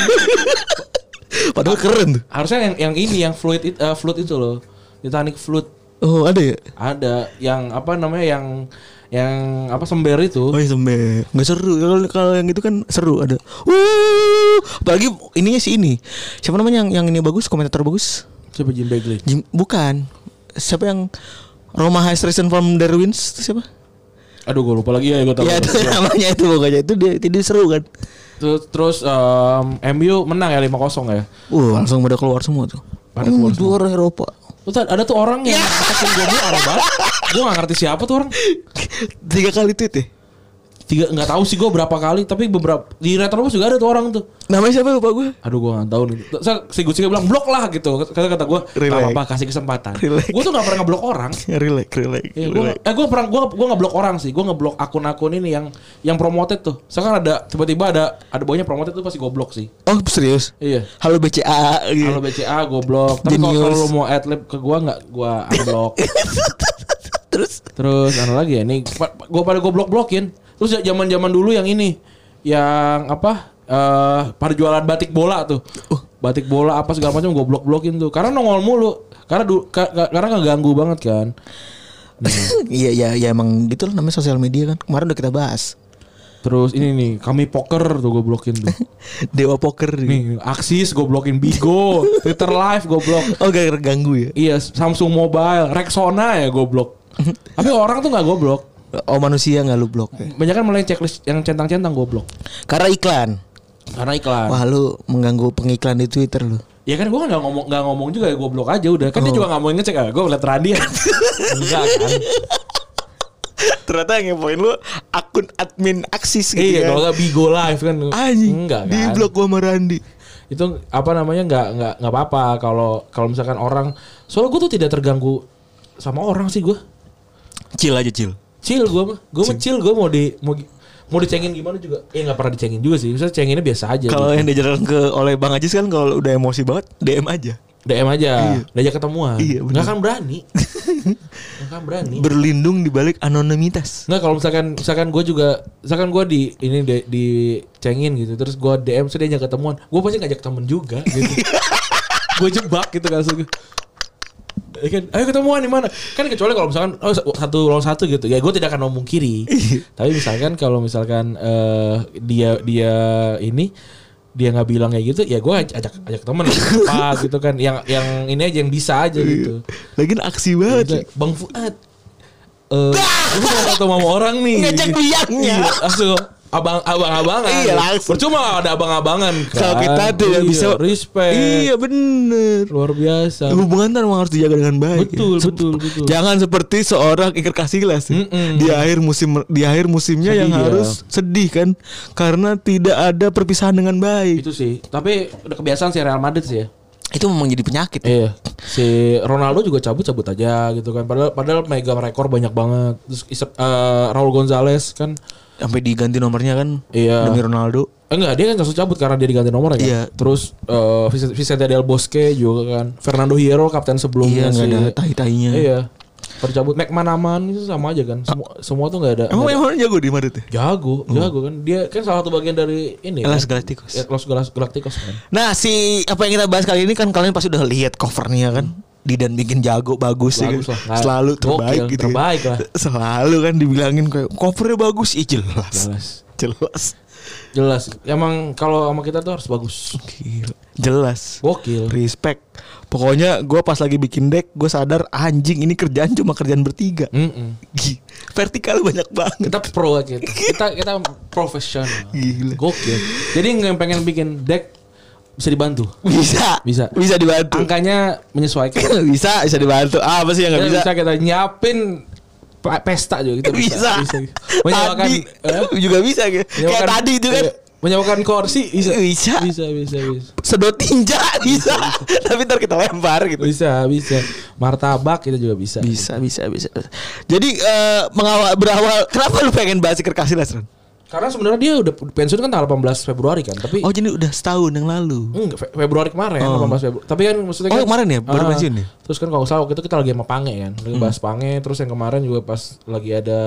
Padahal keren tuh. Harusnya yang yang ini yang fluid it, uh, fluid itu loh. Titanic fluid. Oh, ada ya? Ada yang apa namanya yang yang apa sember itu. Oh, iya sember. Enggak seru. Kalau kalau yang itu kan seru ada. Uh, apalagi ininya sih ini. Siapa namanya yang yang ini bagus, komentator bagus? Siapa Jim Bagley? Jim, bukan. Siapa yang Roma has risen from their wins? Itu siapa? Aduh, gue lupa lagi ya, gue tahu. Ya, itu namanya itu pokoknya itu dia, dia seru kan. Terus, terus um, M U menang ya lima kosong ya. Uh, langsung pada keluar semua tuh. Pada keluar uh, juara Eropa. Terus ada tuh orang yang ngatakin gue mau aneh banget. Gue gak ngerti siapa tuh orang. Tiga kali tweet ya? Tiga nggak tahu sih gue berapa kali, tapi beberapa di Retropus juga ada tuh orang tuh. Namanya siapa lupa gue? Aduh gue nggak tahu nih. Saya si Gusti bilang blok lah gitu. Kata kata gue, nggak apa kasih kesempatan. Gue tuh nggak pernah ngeblok orang. Relax, relax. Ya, gua, eh gue pernah gue gue ngeblok orang sih. Gue ngeblok akun-akun ini yang yang promoted tuh. Sekarang ada tiba-tiba ada ada banyak promoted tuh pasti gue blok sih. Oh serius? Iya. Halo B C A. Gitu. Halo B C A gue blok. Tapi kalau lu mau adlib ke gue nggak gue unblock. Terus? Terus ada lagi ya. Nih gue pada gue blok-blokin. Terus zaman-zaman dulu yang ini, yang apa? Uh, pada jualan batik bola tuh. Uh, batik bola apa segala macam gue blok-blokin tuh. Karena nongol mulu. Karena du, ka, ka, karena ngeganggu banget kan. Nah. Iya ya ya emang gitu lah namanya sosial media kan. Kemarin udah kita bahas. Terus ini nih, kami poker tuh gue blokin tuh. Dewa poker nih. Aksis gue blokin, Bigo, Twitter Live gue blok. Oh gak terganggu ya? Iya, Samsung Mobile, Rexona ya gue blok. Tapi orang tuh nggak gue blok. Oh manusia nggak lu blok ya? Banyak kan mulai checklist yang centang-centang gue blok. Karena iklan. Karena iklan. Wah lu mengganggu pengiklan di Twitter lu. Ya kan gue nggak ngomong nggak ngomong juga ya gue blok aja udah. Kan oh. Dia juga nggak mau ngecek ah. Gue ngeliat Randi ya. Enggak kan. Ternyata yang ngepoin lu akun admin Aksis gitu. Iya kan? kalau nggak Bigo Live kan. Anjing. Enggak kan. Di blok gua sama Randi. Itu apa namanya nggak nggak nggak apa-apa kalau kalau misalkan orang. Soalnya gue tuh tidak terganggu sama orang sih gue. Chill aja chill. Chill gue mah, gue mah chill gue mau di mau mau dicengin gimana juga, eh nggak pernah dicengin juga sih, misalnya cenginnya biasa aja. Kalau gitu. yang diajarkan ke oleh Bang Ajis kan kalau udah emosi banget D M aja. D M aja, iya. Diajak ketemuan, iya, nggak akan berani, nggak akan berani. Berlindung di balik anonimitas. Nggak kalau misalkan misalkan gue juga, misalkan gue di ini di, di cengin gitu, terus gue D M, saya diajak ketemuan, gue pasti ngajak temen juga, gitu. Gue jebak gitu kan. Ya kan, ayo ketemuan di mana? Kan kecuali kalau misalkan oh, satu lawan satu gitu, ya gue tidak akan memungkiri. Tapi misalkan kalau misalkan uh, dia dia ini dia nggak bilang kayak gitu, ya gue ajak ajak teman apa gitu kan, yang yang ini aja yang bisa aja gitu. Lagian aksi banget. Bang Fuad, eh, uh, gue mau ketemu sama orang nih. Ngajak biangnya. Iya, langsung abang abang-abangan. Iya langsung. Percuma ada abang-abangan kan. Kalau kita tidak iya, bisa respect. Iya bener. Luar biasa. Hubungan kan memang harus dijaga dengan baik. Betul, ya. betul, betul. Jangan seperti seorang Iker Casillas ya. Di akhir musim di akhir musimnya sedih yang dia. Harus sedih kan karena tidak ada perpisahan dengan baik. Itu sih. Tapi udah kebiasaan sih Real Madrid sih ya. Itu memang jadi penyakit. Iya. Si Ronaldo juga cabut-cabut aja gitu kan. Padahal padahal megang rekor banyak banget. Terus uh, Raul Gonzalez kan sampai diganti nomornya kan, iya. Demi Ronaldo. Enggak, dia kan langsung cabut karena dia diganti nomornya kan. Iya. Terus uh, Vicente Del Bosque juga kan. Fernando Hierro kapten sebelumnya. Iya, nggak ada tai-tainya. Iya. Pada cabut McManaman itu sama aja kan. Semua ah. semua tuh nggak ada. Emang emang jago di Madrid ya? Jago, oh. jago kan. Dia kan salah satu bagian dari ini. Los kan? Galacticos. Ya, Los Galacticos kan. Nah, si apa yang kita bahas kali ini kan kalian pasti udah lihat covernya kan. Didan bikin jago bagus, bagus ya kan? Selalu terbaik Gokil, gitu. Terbaik ya. lah. Selalu kan dibilangin kayak covernya bagus, ih jelas. Jelas. Jelas. Jelas. Emang kalau sama kita tuh harus bagus. Gila. Jelas. Gokil. Respect. Pokoknya gue pas lagi bikin deck gue sadar anjing ini kerjaan cuma kerjaan bertiga. Mm-mm. Vertikal banyak banget. Kita pro kita. Kita kita profesional. Gila. Gokil. Jadi yang pengen bikin deck bisa dibantu. Bisa. Bisa. Bisa dibantu. Angkanya menyesuaikan. bisa, bisa dibantu. Ah, apa sih yang enggak bisa? Bisa kita nyiapin pesta juga kita bisa. Bisa. bisa. Menyewakan eh? juga bisa kayak tadi itu kan. Menyewakan kursi bisa. Bisa. Bisa, bisa, bisa. Sedot tinja bisa. bisa. Tapi ntar kita lempar gitu. Bisa, bisa. Martabak kita juga bisa. Bisa, bisa, bisa. Jadi uh, mengawal berawal kenapa lu pengen bahas Iker Casillas, Ron? Karena sebenarnya dia udah pensiun kan tanggal delapan belas Februari kan, tapi oh jadi udah setahun yang lalu. Enggak, Februari kemarin, oh. delapan belas Februari. Tapi kan maksudnya oh, kan kemarin ya baru uh, pensiun nih. Terus kan kalau salah waktu itu kita lagi sama Pange kan, lagi hmm. bahas Pange, terus yang kemarin juga pas lagi ada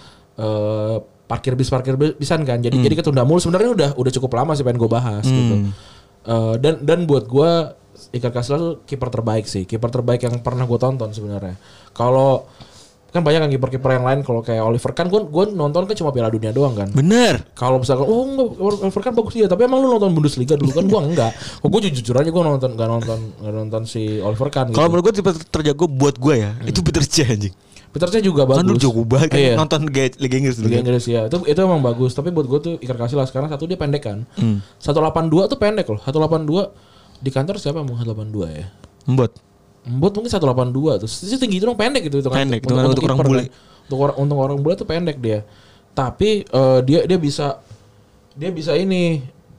uh, parkir bis parkir bisan kan. Jadi hmm. jadi ketunda mulu sebenarnya udah udah cukup lama sih pengen gue bahas hmm. gitu. Uh, dan dan buat gue Iker Casillas tuh kiper terbaik sih, kiper terbaik yang pernah gue tonton sebenarnya. Kalau kan banyak kan kiper-kiper yang lain kalau kayak Oliver Kahn gue gue nonton kan cuma Piala Dunia doang kan. Bener. Kalau misalkan oh enggak Oliver Kahn bagus ya, tapi emang lu nonton Bundesliga dulu kan gue enggak. Kok gue jujur aja gue nonton enggak nonton enggak nonton si Oliver Kahn gitu. Kalau menurut gue tipe terjago buat gue ya, hmm. itu Peter Cech anjing. Peter Cech juga bagus. Kan lu jago banget kan iya. nonton Liga Inggris dulu. Liga Inggris ya. Itu itu emang bagus, tapi buat gue tuh Iker Casillas sekarang satu dia pendek kan. Hmm. seratus delapan puluh dua tuh pendek loh. seratus delapan puluh dua di kantor siapa yang mau seratus delapan puluh dua ya? Mbot. Mbot mungkin seratus delapan puluh dua tuh. Sisi tinggi itu dong pendek gitu itu kan. Pendek untuk, untuk, untuk orang bule. Untuk orang untuk orang bule tuh pendek dia. Tapi uh, dia dia bisa dia bisa ini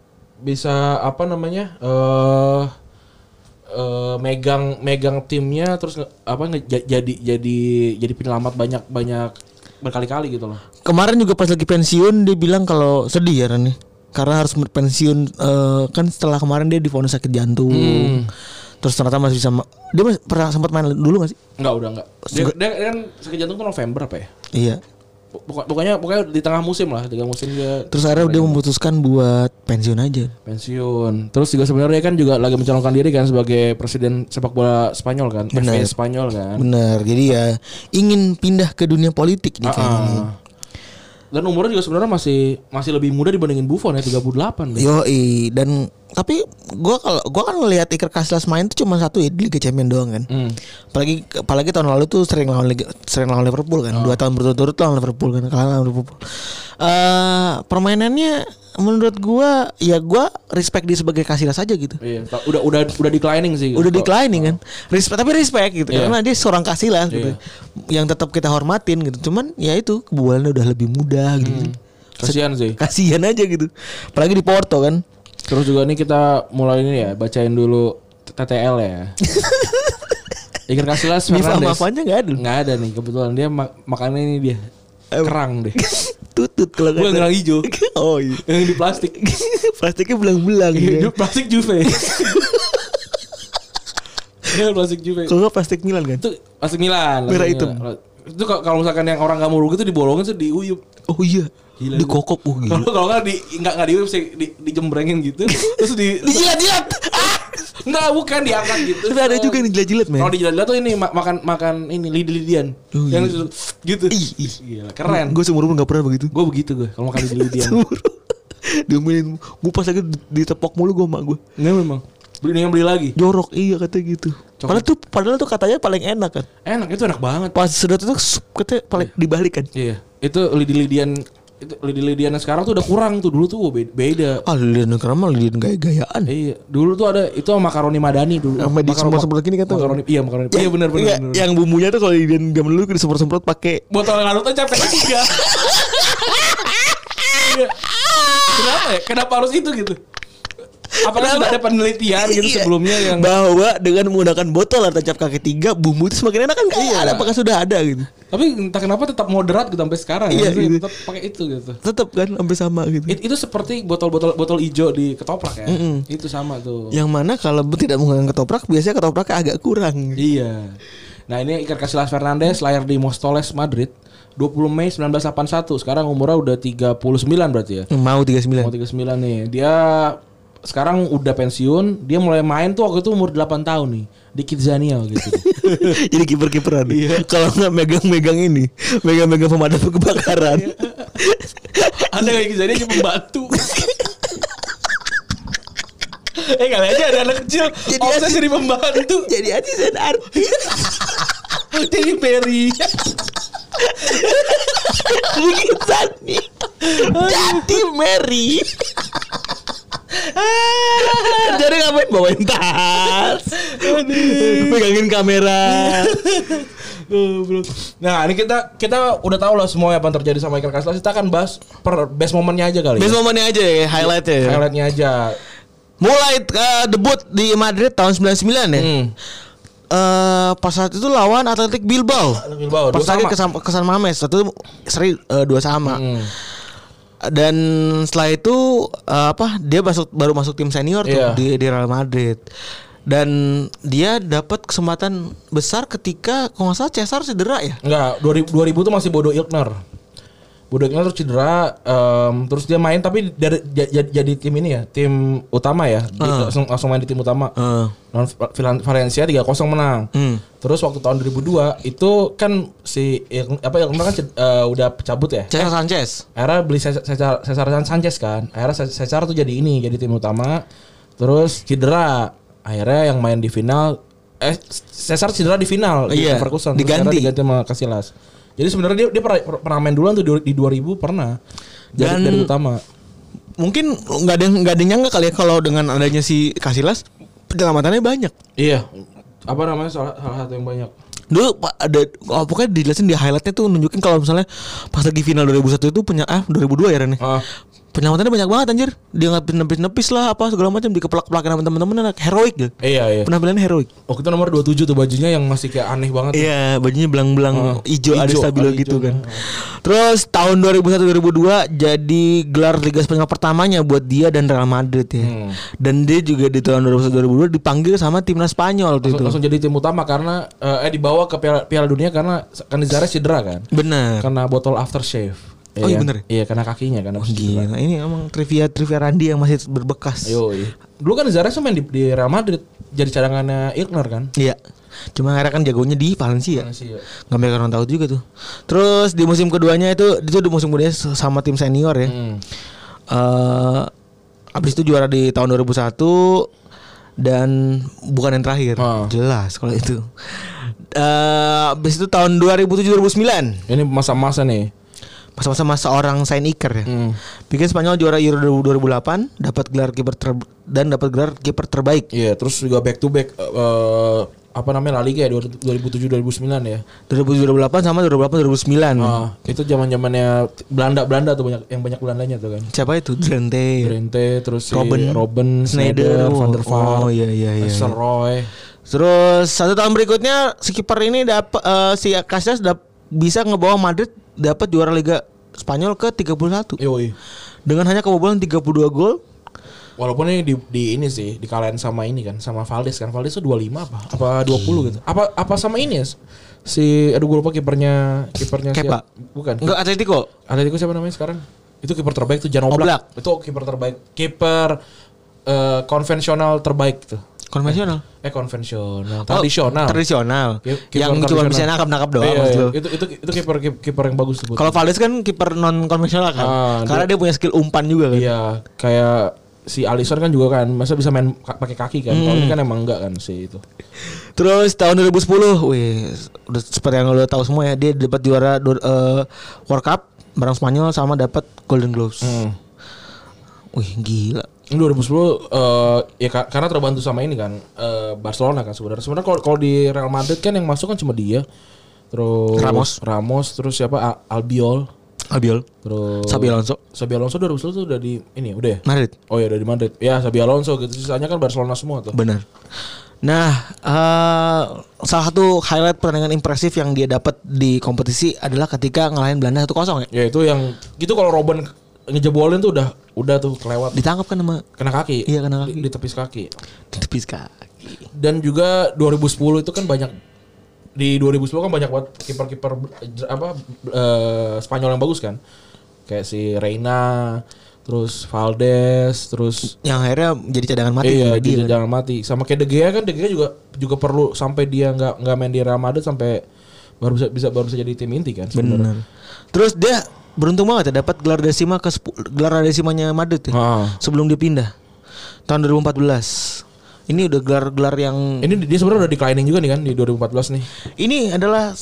bisa apa namanya? Eh uh, uh, megang megang timnya terus nge, apa nge, jadi jadi jadi penyelamat banyak banyak berkali-kali gitu loh. Kemarin juga pas lagi pensiun dia bilang kalau sedih ya Rani. Karena harus pensiun uh, kan setelah kemarin dia divonis sakit jantung. Hmm. Terus ternyata masih bisa ma- dia masih pernah sempat main dulu gak sih? Enggak, udah enggak. Dia, dia, dia kan sakit jantung tuh November apa ya? Iya. Pokoknya pokoknya di tengah musim lah, tengah musim dia. Terus akhirnya dia memutuskan buat pensiun aja. Pensiun. Terus juga sebenarnya kan juga lagi mencalonkan diri kan sebagai presiden sepak bola Spanyol kan, F A Spanyol kan. Benar. Jadi ya ingin pindah ke dunia politik nih kayaknya. Dan umurnya juga sebenarnya masih masih lebih muda dibandingin Buffon ya tiga puluh delapan. Yoi, dan tapi gua kalau gua kan ngelihat Iker Casillas main tuh cuma satu ya di Liga Champions doang kan. Hmm. Apalagi apalagi tahun lalu tuh sering lawan Liga, sering lawan Liverpool kan. Oh. Dua tahun berturut-turut lawan Liverpool kan, kalah lawan Liverpool. Uh, permainannya menurut gua ya gua respect dia sebagai Casillas aja gitu. Iya, udah udah udah declining sih. Udah declining oh. kan. Respect tapi respect gitu yeah. karena dia seorang Casillas gitu. Yeah. Yang tetap kita hormatin gitu. Cuman ya itu kebobolannya udah lebih mudah gitu. Hmm. Kasihan sih. Kasihan aja gitu. Apalagi di Porto kan. Terus juga nih kita mulai ini ya bacain dulu T T L ya. Iker Casillas Fernandes. Mifah-mafanya enggak ada. Enggak ada nih kebetulan dia mak- makannya ini dia. Kerang deh. Tutut kalau gue kerang hijau. Oh iya. Yang di plastik. Plastiknya belang-belang. Iya, plastik Juve. Iya, plastik Juve. Kalau enggak plastik Milan kan? Itu plastik Milan. Merah itu. Itu kalau misalkan yang orang enggak mau rugi itu dibolongin tuh diuyup. Oh iya. Gila, dikokop uh gitu. Kalau kalau enggak di enggak enggak diuyup sih di, dijembrengin gitu. Terus di dijilat-jilat. Enggak, bukan diangkat gitu. Tapi ada juga yang dijilat-jilat, men. Kalau dijilat-jilat tuh ini ma- makan makan ini lidi-lidian. Oh, iya. Yang gitu. Ih, ih. Gila, keren. Gue seumur umur enggak pernah begitu. Gue begitu gue kalau makan lidi-lidian. Diomelin, gue pas lagi ditepok mulu gue emak gue. Enggak memang. Beli yang beli lagi. Jorok, iya katanya gitu. Coklat. Padahal tuh padahal tuh katanya paling enak kan. Enak, itu enak banget. Pas sedot itu katanya paling iya. dibalik kan. Iya. Itu lidi-lidian itu lidi-lidian sekarang tuh udah kurang tuh, dulu tuh beda. Ah, lidian sekarang mah lidian gaya-gayaan. Iya, dulu tuh ada itu makaroni Madani dulu. Yang disemprot-semprot gini kan tuh. Makaroni, iya makaroni. Iya benar benar. Yang bumbunya tuh kalau lidian zaman dulu disemprot-semprot pakai botol larut aja capek tiga. Kenapa ya? Kenapa harus itu gitu? Apakah sudah ada penelitian gitu iya. sebelumnya yang bahwa dengan menggunakan botol atau cap kaki tiga bumbu itu semakin enak kan? Iya. Ada, apakah sudah ada gitu? Tapi entah kenapa tetap moderat gitu sampai sekarang. Iya, gitu. Tetap pakai itu gitu. Tetap kan sampai sama gitu. It, itu seperti botol-botol botol hijau di ketoprak ya. Mm-mm. Itu sama tuh. Yang mana kalau tidak menggunakan ketoprak biasanya ketopraknya agak kurang. Iya. Nah ini Iker Casillas Fernandes lahir di Móstoles, Madrid. dua puluh Mei seribu sembilan ratus delapan puluh satu. Sekarang umurnya udah tiga puluh sembilan berarti ya. Mau tiga puluh sembilan. Mau tiga puluh sembilan nih. Dia sekarang udah pensiun, dia mulai main tuh waktu itu umur delapan tahun nih di Kidzania gitu. Jadi kiper-kiperan. Iya. Kalau nggak megang-megang ini, megang-megang pemadam kebakaran. Ada kayak Kidzania cuma pembantu. eh kali aja ada anak kecil jadi obses jadi pembantu. Jadi asisten artis. Jadi Perry. Kidzania. Jadi Mary. Kerjanya ngapain? Bawain tas. Pegangin kamera. Nah, ini kita kita udah tahu lah semua apa yang terjadi sama Iker Casillas. Kita akan bahas per best momennya aja kali. Best ya. momennya aja ya, highlightnya. Highlightnya aja. Mulai uh, debut di Madrid tahun sembilan puluh sembilan ya. Hmm. Uh, pas saat itu lawan Athletic Bilbao. Bilbao pas lagi kesan, kesan Mames satu seri uh, dua sama. Hmm. Dan setelah itu uh, apa dia masuk baru masuk tim senior tuh yeah. di, di Real Madrid. Dan dia dapat kesempatan besar ketika kalau nggak salah Cesar cedera ya? Enggak, dua ribu tuh masih Bodo Illner. Bodo Illner terus cedera, um, terus dia main tapi dari jadi, jadi tim ini ya, tim utama ya. Dia uh. langsung, langsung main di tim utama. Uh. Valencia tiga kosong menang. Hmm. Terus waktu tahun dua ribu dua itu kan si apa Illner kan uh, udah cabut ya? Cesar Sanchez. Akhirnya beli Cesar, Cesar Sanchez kan. Akhirnya Cesar tuh jadi ini, jadi tim utama. Terus cedera. Akhirnya yang main di final eh Cesar cedera di final iya, di Leverkusen diganti diganti sama Casillas. Jadi sebenarnya dia dia pernah, pernah main duluan tuh di dua ribu pernah. Jadi dari utama. Mungkin enggak ada enggak ada nyangka kali ya kalau dengan adanya si Casillas penyelamatannya banyak. Iya. Apa namanya salah, salah satu yang banyak. Dulu ada oh, pokoknya dijelasin di highlightnya tuh nunjukin kalau misalnya pas lagi final dua ribu satu itu punya ah dua ribu dua ya Ren. Uh. Penyelamatannya banyak banget anjir. Dia ngepis-nepis lah apa segala macam dikeplak-kepelakin sama teman-teman heroik gitu. Iya iya. Penampilannya heroik. Oh kita nomor dua puluh tujuh tuh bajunya yang masih kayak aneh banget. Iya, bajunya belang-belang uh, hijau ada stabilo gitu kan. Uh. Terus tahun dua ribu satu dua ribu dua jadi gelar Liga Spanyol pertamanya buat dia dan Real Madrid ya. Hmm. Dan dia juga di tahun dua ribu satu dua ribu dua dipanggil sama timnas Spanyol langsung, itu. Langsung jadi tim utama karena uh, eh dibawa ke Piala, Piala Dunia karena Canizares cedera kan. Benar. Karena botol aftershave. Oh iya bener. Iya karena kakinya kan. Oh, gila. Ini emang trivia trivia Randy yang masih berbekas. Yo, iya. Dulu kan Zares main di, di Real Madrid jadi cadangannya Illner kan. Iya. Cuma akhirnya kan jagonya di Valencia. Valencia. Gak banyak orang tahu juga tuh. Terus di musim keduanya itu itu di musim keduanya sama tim senior ya. Hmm. Uh, abis itu juara di tahun dua ribu satu dan bukan yang terakhir. Oh. Jelas kalau itu. Uh, abis itu tahun dua ribu tujuh dua ribu sembilan. Ini masa-masa nih. Masa-masa masa orang sign Iker ya. Hmm. Bikin Spanyol juara Euro dua ribu delapan, dapat gelar kiper ter dan dapat gelar kiper terbaik. Iya, yeah, terus juga back to back uh, apa namanya La Liga ya dua ribu tujuh dua ribu sembilan ya. dua ribu tujuh dua ribu delapan sama dua ribu delapan dua ribu sembilan. Ah, itu zaman-zamannya Belanda Belanda tuh banyak yang banyak Belandanya tuh kan. Siapa itu? Drenthe. Drenthe terus Robben, si Robben, Sneijder, Van der Vaart. Oh iya iya iya. Roy. Terus satu tahun berikutnya si kiper ini dapat uh, si Casillas dap, bisa ngebawa Madrid dapat juara Liga Spanyol ke tiga puluh satu. Yoi. Dengan hanya kebobolan tiga puluh dua gol. Walaupun ini di, di ini sih dikalahin sama ini kan, sama Valdes kan. Valdes tuh dua puluh lima apa? Apa dua puluh gitu. Apa apa sama ini ya? Si aduh gue lupa kipernya kipernya siapa? Bukan. Enggak Atletico. Atletico siapa namanya sekarang? Itu kiper terbaik tuh Jan Oblak. Oblak. Itu kiper terbaik. Kiper uh, konvensional terbaik tuh. Konvensional? Eh konvensional, tradisional. Oh, tradisional. Kiper yang cuma bisa nangkap-nangkap doang. Iya, iya. Itu itu itu kiper kiper yang bagus tuh. Kalau Valdes kan kiper non konvensional kan. Ah, karena dia, dia punya skill umpan juga kan. Iya, kayak si Alisson kan juga kan, masa bisa main pakai kaki kan. Hmm. Kalau ini kan emang enggak kan si itu. Terus tahun dua ribu sepuluh, wih, udah seperti yang lo tahu semua ya, dia dapat juara uh, World Cup bareng Spanyol sama dapat Golden Gloves. Hmm. Wih, gila. dua ribu sepuluh uh, ya ka- karena terbantu sama ini kan uh, Barcelona kan sebenarnya. Sebenarnya kalau kalau di Real Madrid kan yang masuk kan cuma dia. Terus Ramos, Ramos terus siapa A- Albiol. Albiol. Terus Xabi Alonso. Xabi Alonso dua ribu sepuluh tuh udah di ini udah ya? Madrid. Oh ya udah di Madrid. Ya Xabi Alonso gitu. Sisanya kan Barcelona semua tuh. Benar. Nah, uh, salah satu highlight pertandingan impresif yang dia dapat di kompetisi adalah ketika ngalahin Belanda satu kosong ya. Ya itu yang gitu kalau Robben ngejebolin tuh udah udah tuh kelewat. Ditangkap kan sama kena kaki. Iya kena kaki. Di, di tepis kaki. Di tepis kaki. Dan juga dua ribu sepuluh itu kan banyak di dua ribu sepuluh kan banyak buat kiper-kiper apa uh, Spanyol yang bagus kan. Kayak si Reina, terus Valdes, terus yang akhirnya jadi cadangan mati. Iya, jadi cadangan mati. Sama kayak De Gea kan, De Gea juga juga perlu sampai dia nggak nggak main di Real Madrid sampai baru bisa bisa baru bisa jadi tim inti kan sebenarnya. Benar. Terus dia beruntung banget ya dapat gelar Decima ke gelar Decimanya Madrid ya. Ah. Sebelum dia pindah tahun dua ribu empat belas. Ini udah gelar-gelar yang ini dia sebenarnya udah declining juga nih kan di dua ribu empat belas nih. Ini adalah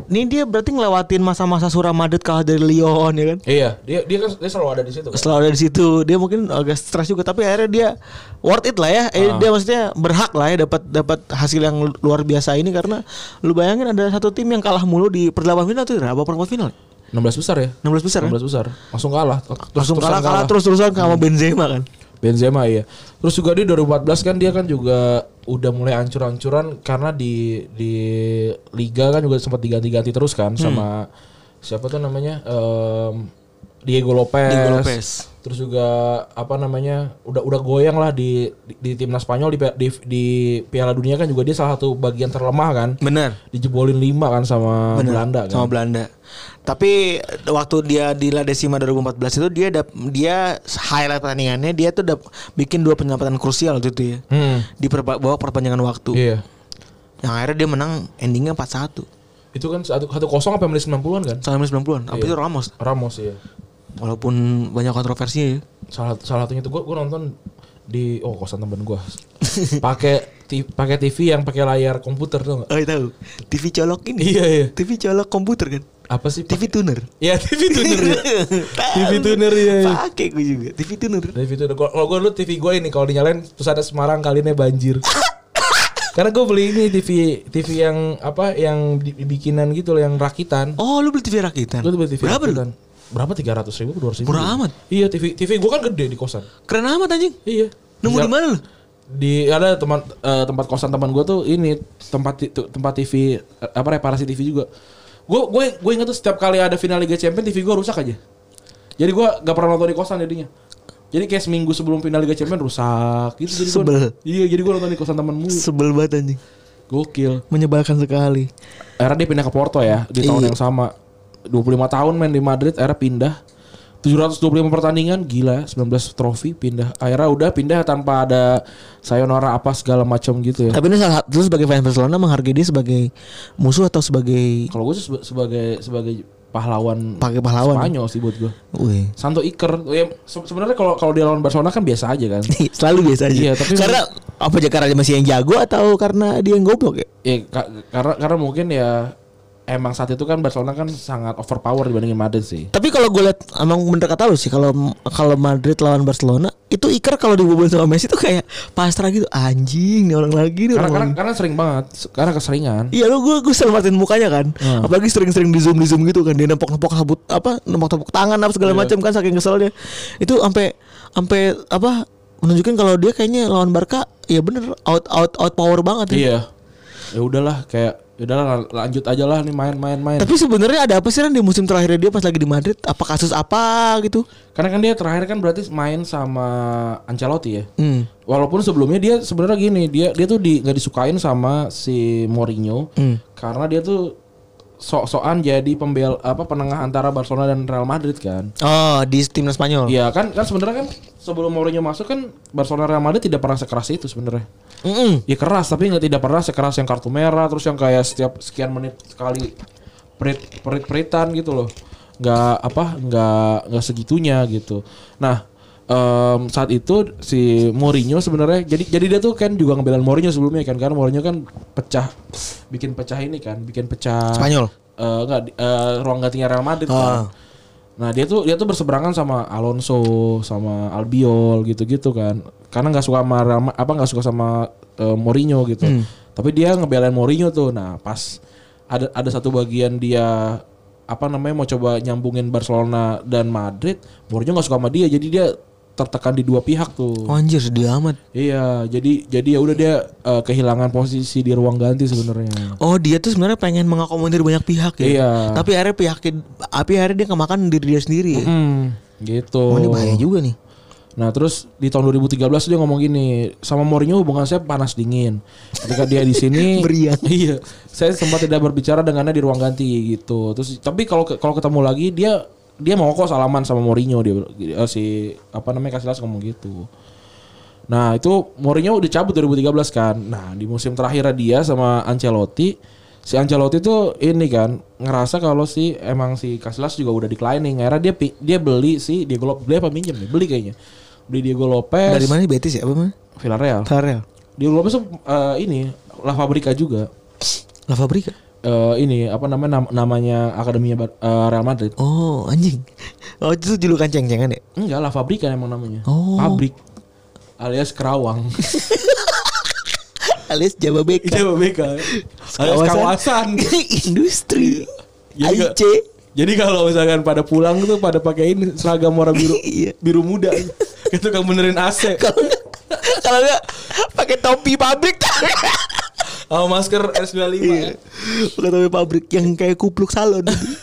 Ini dia berarti ngelewatin masa-masa suram Madrid kalah dari Lyon ya kan? Iya, dia dia kan dia selalu ada di situ. Kan? Selalu ada di situ. Dia mungkin agak stres juga tapi akhirnya dia worth it lah ya. Eh, Ah. Dia maksudnya berhak lah ya dapat dapat hasil yang luar biasa ini karena lu bayangin ada satu tim yang kalah mulu di perdelapan final tuh, babak perempat final. enam belas besar ya? enam belas besar. enam belas besar. Langsung kalah. Terus, Langsung terusan kalah kalah terus-terusan sama Benzema kan. Benzema iya. Terus juga di dua ribu empat belas kan dia kan juga udah mulai ancur-ancuran karena di di liga kan juga sempat diganti-ganti terus kan hmm. sama siapa tuh namanya um, Diego Lopez. Diego Lopez. Terus juga apa namanya udah udah goyang lah di di, di timnas Spanyol di, di di Piala Dunia kan juga dia salah satu bagian terlemah kan. Bener. Dijebolin lima kan sama Bener. Belanda kan. Sama Belanda. Tapi waktu dia di La Decima dua ribu empat belas itu dia dap, dia highlight pertandingannya dia tuh dap, bikin dua penyelamatan krusial waktu itu ya. Hmm. Di perba- bawah perpanjangan waktu. Iya. Yang akhirnya dia menang endingnya empat satu. Itu kan satu kosong sampai menit sembilan puluhan kan? Sampai menit sembilan puluhan. Apa iya. itu Ramos? Ramos iya. Walaupun banyak kontroversinya ya. Salah salah satunya itu gua gua nonton di oh kosan temen gua. Pakai pakai T V yang pakai layar komputer tuh enggak? Oh, tahu. T V colok ini. Iya iya. T V colok komputer kan. Apa sih? T V tuner. Iya T V tuner ya. T V tuner ya. Pakai gue juga T V tuner. T V tuner. Kalau gue dulu T V gue ini kalau dinyalain terus ada Semarang kali ini banjir. Karena gue beli ini T V T V yang apa yang bikinan gitu loh yang rakitan. Oh, lu beli T V rakitan. Gue beli T V berapa rakitan. Berapa tiga ratus ribu ke dua ratus ribu? Murah amat. Iya T V T V gue kan gede di kosan. Keren amat anjing. Iya. Nemu di mana lu? Di ada teman uh, tempat kosan teman gue tuh ini tempat tempat T V uh, apa reparasi T V juga. Gue gue gue ingat tuh setiap kali ada final Liga Champions T V gue rusak aja. Jadi gue gak pernah nonton di kosan jadinya. Jadi kayak seminggu sebelum final Liga Champions rusak gitu. Jadi Sebel. Gua, iya jadi gue nonton di kosan temanmu. Sebel banget anjing. Gokil. Menyebalkan sekali. Akhirnya dia pindah ke Porto ya di tahun Iyi. yang sama. dua puluh lima tahun main di Madrid. Akhirnya pindah. tujuh ratus dua puluh lima pertandingan gila, sembilan belas trofi pindah. Akhirnya udah pindah tanpa ada sayonara apa segala macam gitu ya. Tapi ini salah satu sebagai fans Barcelona menghargai dia sebagai musuh atau sebagai Kalau gue sih seba- sebagai sebagai pahlawan pakai pahlawan Spanyol sih buat gue. Wih. Santo Iker. Ya, se- sebenarnya kalau kalau dia lawan Barcelona kan biasa aja kan. Selalu biasa aja. Iya, tapi karena apa aja karena dia masih yang jago atau karena dia yang goblok ya? Ya ka- karena karena mungkin ya emang saat itu kan Barcelona kan sangat overpower dibandingin Madrid sih. Tapi kalau gue lihat emang bener kata lu sih kalau kalau Madrid lawan Barcelona itu Iker kalau dibobolin sama Messi tuh kayak pasrah gitu anjing nih orang lagi nih Karena orang karena, lagi. karena sering banget, karena keseringan. Iya lu gue gue selalu matiin mukanya kan. Hmm. Apalagi sering-sering di zoom di zoom gitu kan dia nempok-nempok sabut apa nempok-nempok tangan apa segala Iya. macam kan saking keselnya. Itu sampai sampai apa menunjukkan kalau dia kayaknya lawan Barca ya bener out out out power banget ya. Iya. Ya udahlah kayak ya udahlah lanjut aja lah nih main-main-main. Tapi sebenarnya ada apa sih Ran di musim terakhir dia pas lagi di Madrid? Apa kasus apa gitu? Karena kan dia terakhir kan berarti main sama Ancelotti ya. Hmm. Walaupun sebelumnya dia sebenarnya gini, dia dia tuh di nggak disukain sama si Mourinho Hmm. karena dia tuh sok-sokan jadi pembel apa penengah antara Barcelona dan Real Madrid kan. Oh, di timnas Spanyol. Iya kan kan sebenarnya kan sebelum Mourinho masuk kan Barcelona Real Madrid tidak pernah sekeras itu sebenarnya. Mm-mm. Ya keras tapi nggak tidak pernah sekeras yang kartu merah terus yang kayak setiap sekian menit sekali perit perit peritan gitu loh. Nggak apa nggak nggak segitunya gitu. Nah em, saat itu si Mourinho sebenarnya jadi jadi dia tuh kan juga ngebelain Mourinho sebelumnya kan karena Mourinho kan pecah bikin pecah ini kan bikin pecah Spanyol. eh, nggak di- eh, ruang gantinya Real Madrid kan. Ah. Nah dia tuh dia tuh berseberangan sama Alonso sama Albiol gitu-gitu kan karena nggak suka sama Real Ma- apa nggak suka sama eh, Mourinho gitu. Hmm. Tapi dia ngebelain Mourinho tuh. Nah pas ada ada satu bagian dia apa namanya mau coba nyambungin Barcelona dan Madrid, Mourinho nggak suka sama dia jadi dia tertekan di dua pihak tuh. Oh, anjir sedih amat. Iya, jadi jadi ya udah dia eh, kehilangan posisi di ruang ganti sebenarnya. Oh, dia tuh sebenarnya pengen mengakomodir banyak pihak ya. Iya. Tapi akhirnya pihak tapi akhirnya dia kemakan diri dia sendiri ya. Hmm, gitu. Oh, ini bahaya juga nih. Nah terus di tahun dua ribu tiga belas dia ngomong gini, sama Mourinho hubungan saya panas dingin. Ketika dia di sini, Berian. iya, saya sempat tidak berbicara dengannya di ruang ganti gitu. Terus tapi kalau kalau ketemu lagi dia dia mau kok salaman sama Mourinho dia eh, si apa namanya Casillas ngomong gitu. Nah itu Mourinho udah cabut dua ribu tiga belas kan. Nah di musim terakhir dia sama Ancelotti, si Ancelotti tuh ini kan ngerasa kalau si emang si Casillas juga udah declining. Akhirnya dia pi- dia beli si Diego Lopez, beli apa minjem nih? Beli kayaknya. Beli Diego Lopez. Dari mana Betis ya? Apa mana? Villarreal. Villarreal. Diego Lopez tuh eh, ini La Fabrica juga. La Fabrica. uh, ini apa namanya nam- namanya akademinya uh, Real Madrid. Oh anjing. Oh itu julukan ceng-cengan ya? Enggak lah, Fabrikan emang namanya. Oh. Pabrik alias Kerawang. Alias Jababeka. Jababeka. Alias kawasan industri. Jadi, I C. Jadi kalau misalkan pada pulang tuh pada pakai ini seragam warna biru biru muda. Itu kan benerin A C. Kalau enggak pakai topi pabrik. Oh, masker S dua puluh lima. Iya. Pakai topi pabrik yang kayak kupluk salon.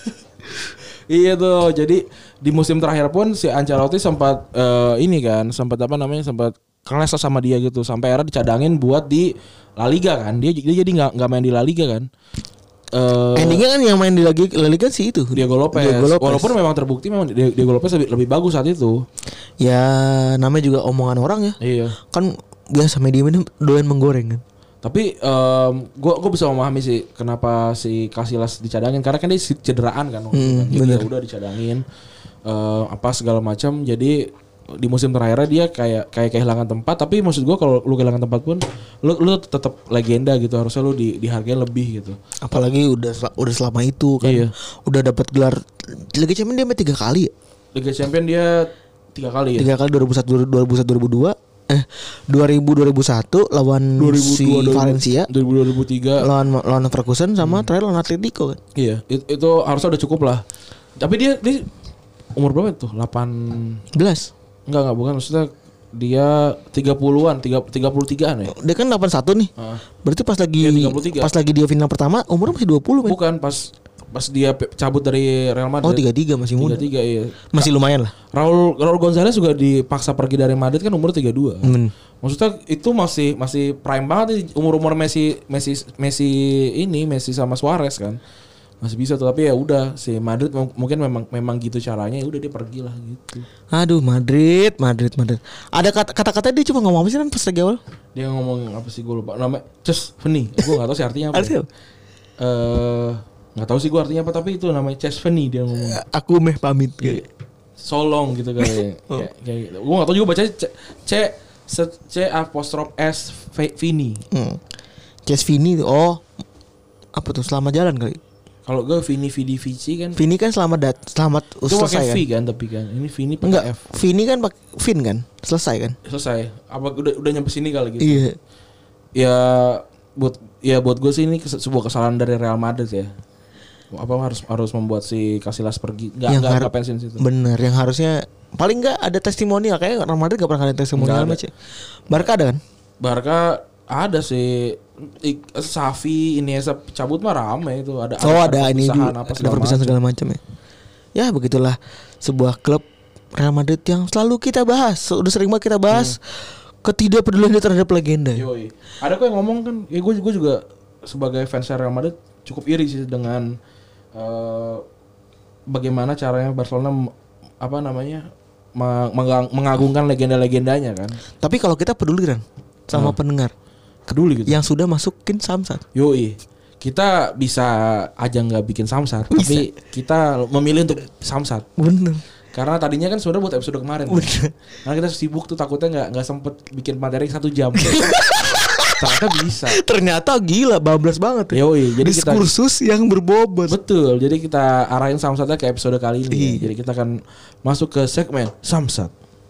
Iya tuh. Jadi di musim terakhir pun si Ancelotti sempat uh, ini kan, sempat apa namanya? sempat keles sama dia gitu. Sampai akhirnya dicadangin buat di La Liga kan. Dia, dia jadi enggak enggak main di La Liga kan. Uh, Endingnya kan yang main di lagi La Liga sih itu Diego Lopez. Diego Lopez. Walaupun memang terbukti memang Diego Lopez lebih, lebih bagus saat itu. Ya namanya juga omongan orang ya. Iya. Kan biasa media ini doyan menggoreng kan. Tapi um, gue gue bisa memahami sih kenapa si Casillas dicadangin karena kan dia cederaan kan. Hmm, Jadi ya udah dicadangin uh, apa segala macam. Jadi di musim terakhir dia kayak kayak kehilangan tempat. Tapi maksud gue kalau lu kehilangan tempat pun lu lu tetap legenda gitu, harusnya lu di, dihargai lebih gitu. Apalagi udah udah selama itu kan. Iya. Udah dapat gelar Liga Champions dia main tiga kali ya. Liga Champions dia tiga kali ya. Tiga kali dua ribu satu dua ribu satu dua ribu dua eh dua ribu dua ribu satu lawan dua ribu dua, si Valencia, dua ribu dua ribu tiga lawan lawan Ferguson sama hmm. terakhir lawan Atletico kan. Iya, itu, itu harusnya udah cukup lah. Tapi dia dia umur berapa tuh? delapan belas. Enggak enggak bukan, maksudnya dia tiga puluhan, tiga puluh tigaan ya. Dia kan delapan puluh satu nih. Uh. Berarti pas lagi ya, pas lagi dia final pertama umurnya masih dua puluh kan. Bukan, pas pas dia cabut dari Real Madrid. Oh, tiga puluh tiga masih muda. tiga puluh tiga iya. Masih lumayan lah. Raul Raul Gonzalez juga dipaksa pergi dari Madrid kan umur tiga puluh dua. Hmm. Maksudnya itu masih masih prime banget nih umur-umur Messi Messi Messi ini Messi sama Suarez kan. Masih bisa tuh, tapi ya udah si Madrid m- mungkin memang memang gitu caranya, ya udah dia pergi lah gitu. Aduh, Madrid, Madrid, Madrid. Ada kata- kata-kata dia cuma ngomong apa sih kan pas lagi awal? Dia ngomong apa sih, gue lupa namanya. Chesney. Gue enggak tahu sih artinya apa. Artinya apa? Eh, enggak tahu sih gue artinya apa, tapi itu namanya Chesney dia ngomong. Aku meh pamit gitu. Solong gitu kali. Oh. Kayak kayak gitu. Gue enggak tahu juga bacanya C C C apostrophe S Vini. Hmm. Chesney itu oh apa tuh, selamat jalan kali. Kalau gue Vini Vidi Vici kan. Vini kan selamat dat selamat itu selesai pakai kan. V kan tapi kan. Ini Vini pakai Enggak, F. Vini kan pakai Vin kan. Selesai kan? Selesai. Apa udah udah nyampe sini kali gitu. Iya. Ya buat ya buat gue sih ini kes- sebuah kesalahan dari Real Madrid ya. Apa harus harus membuat si Casillas pergi. Enggak enggak har- pensiun situ. Bener, yang harusnya paling enggak ada testimonial, kayak Real Madrid enggak pernah ada testimonial match. Barca ada kan? Barca ada sih. Xavi, Iniesta cabut mah rame itu, ada oh ada, ada ini perpisahan, di, apa ada perpisahan segala macam ya. Ya begitulah sebuah klub Real Madrid yang selalu kita bahas, udah sering banget kita bahas hmm. ketidakpedulian dia terhadap legenda. Yoi. Ada kok yang ngomong kan, ya gue gue juga sebagai fans Real Madrid cukup iri sih dengan uh, bagaimana caranya Barcelona apa namanya meng- mengagungkan legenda-legendanya kan. Tapi kalau kita peduli kan sama hmm. pendengar. Peduli gitu. Yang sudah masukin Samsat. Yoi. Kita bisa aja nggak bikin Samsat, bisa. Tapi kita memilih untuk Samsat. Bener. Karena tadinya kan sebenarnya buat episode kemarin. Bener. Karena kita sibuk tuh, takutnya nggak nggak sempet bikin materi satu jam. Ternyata bisa. Ternyata gila, bablas banget. Yoi. Jadi diskursus kita, yang berbobot. Betul. Jadi kita arahin Samsatnya ke episode kali ini. Ya. Jadi kita akan masuk ke segmen Samsat.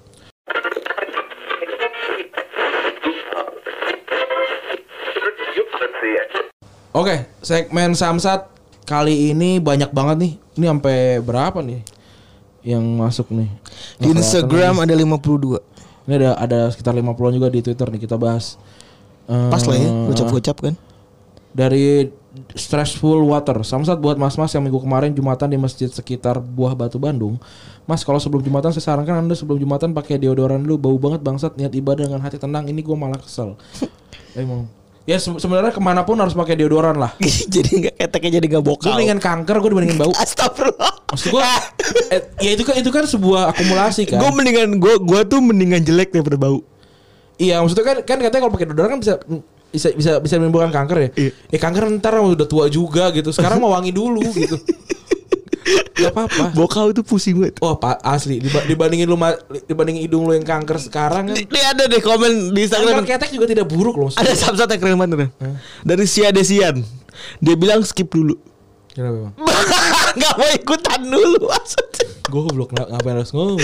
Oke, okay, segmen Samsat kali ini banyak banget nih. Ini sampai berapa nih yang masuk nih? Di Instagram ada lima puluh dua. Ini ada ada sekitar lima puluhan juga di Twitter nih, kita bahas. Pas uh, lah ya, gocap-gocap kan. Dari Stressful Water, Samsat buat mas-mas yang minggu kemarin Jumatan di masjid sekitar Buah Batu Bandung. Mas, kalau sebelum Jumatan saya sarankan Anda sebelum Jumatan pakai deodoran dulu, bau banget bangsat, niat ibadah dengan hati tenang, ini gue malah kesel. Emang ya se- sebenarnya kemanapun harus pakai deodoran lah. Jadi nggak keteknya, jadi nggak bokal. Gue mendingan kanker, gue dibandingin bau. Astagfirullah. Maksud gue, eh, ya itu kan itu kan sebuah akumulasi kan. Gue mendingan gue gue tuh mendingan jelek daripada bau. Iya, maksudnya kan kan katanya kalau pakai deodoran kan bisa bisa bisa bisa menimbulkan kanker ya. Iya. Ya kanker ntar udah tua juga gitu. Sekarang mau wangi dulu gitu. Gak apa-apa. Bokau itu pusing banget. Oh pak asli dibandingin lu dibandingin hidung lu yang kanker sekarang kan. Ini ada deh komen di Instagram. Kanker ketek juga tidak buruk loh. Ada Samsat yang keren banget. Hmm? Dari Sia Desian. Dia bilang skip dulu. Kenapa? Gak mau ikutan dulu maksudnya. Goblok, ngapain harus ngomong?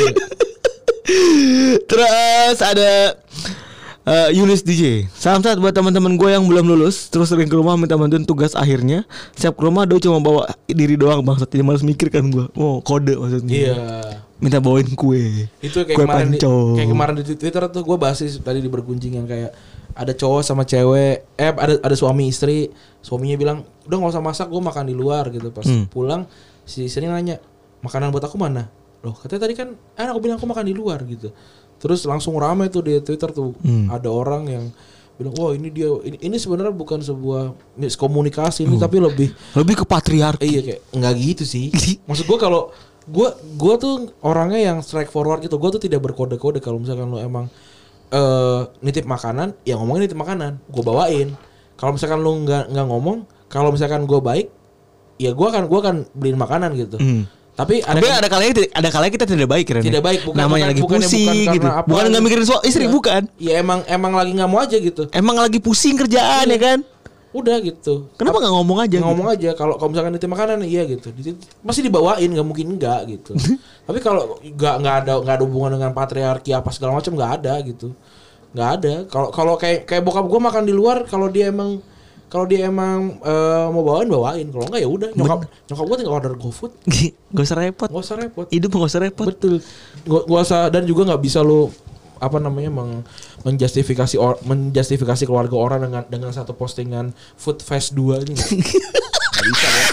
Terus ada uh, Yunis D J. Salam sehat buat teman-teman gue yang belum lulus, terus sering ke rumah minta bantuin tugas akhirnya. Siap ke rumah, doi cuma bawa diri doang bangsat. Jadi malas mikir kan gue. Oh, kode maksudnya. Iya. Minta bawain kue. Itu kayak kue kemarin di, kayak kemarin di Twitter tuh gue bahas tadi di bergunjing yang kayak ada cowok sama cewek, eh ada ada suami istri, suaminya bilang udah nggak usah masak, gue makan di luar gitu. Pas hmm. pulang si istri nanya makanan buat aku mana? Loh katanya tadi kan eh, aku bilang aku makan di luar gitu. Terus langsung rame tuh di Twitter tuh hmm. ada orang yang bilang wah ini dia ini, ini sebenarnya bukan sebuah miskomunikasi ini hmm. tapi lebih lebih ke patriarki. Iya kayak nggak gitu sih. Maksud gue kalau gue gue tuh orangnya yang strike forward gitu. Gue tuh tidak berkode-kode kalau misalkan lo emang uh, nitip makanan, ya ngomongin nitip makanan, gue bawain. Kalau misalkan lo nggak nggak ngomong, kalau misalkan gue baik, ya gue akan gue akan beliin makanan gitu. Hmm. Tapi ada kan, ada kalanya ada kalanya kita tidak baik kan. Tidak baik bukan namanya bukan, lagi bukan, pusing bukan gitu. Apa, bukan enggak mikirin soal istri ya, bukan. Ya emang emang lagi enggak mau aja gitu. Emang lagi pusing kerjaan ya, ya kan? Udah gitu. Kenapa enggak ngomong aja? Ngomong gitu? aja kalau kalau misalkan nitip makanan iya gitu. Pasti dibawain, enggak mungkin enggak gitu. Tapi kalau enggak enggak ada enggak ada hubungan dengan patriarki apa segala macam enggak ada gitu. Enggak ada. Kalau kalau kayak kayak bokap gue makan di luar kalau dia emang Kalau dia emang uh, mau bawain bawain, kalau enggak ya udah. Nyokap nyokap gue tinggal order GoFood. Gak usah repot. Gak usah repot. Hidup gak usah repot. Betul. Gak usah dan juga nggak bisa lo apa namanya meng, menjustifikasi or, menjustifikasi keluarga orang dengan dengan satu postingan Food Fest dua ini. Gak bisa ya.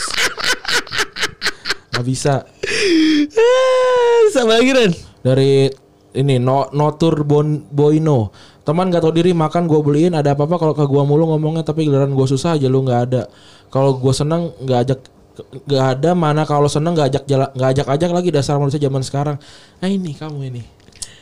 Gak bisa. Sama lagi Ren. Dari ini no, Notur Bon, Boino. Teman gak tau diri makan gue beliin, ada apa-apa kalau ke gue mulu ngomongnya, tapi giliran gue susah aja lu nggak ada. Kalau gue seneng nggak ajak, nggak ada, mana kalau seneng nggak ajak jalan, nggak ajak ajak lagi, dasar manusia zaman sekarang. Nah ini kamu ini.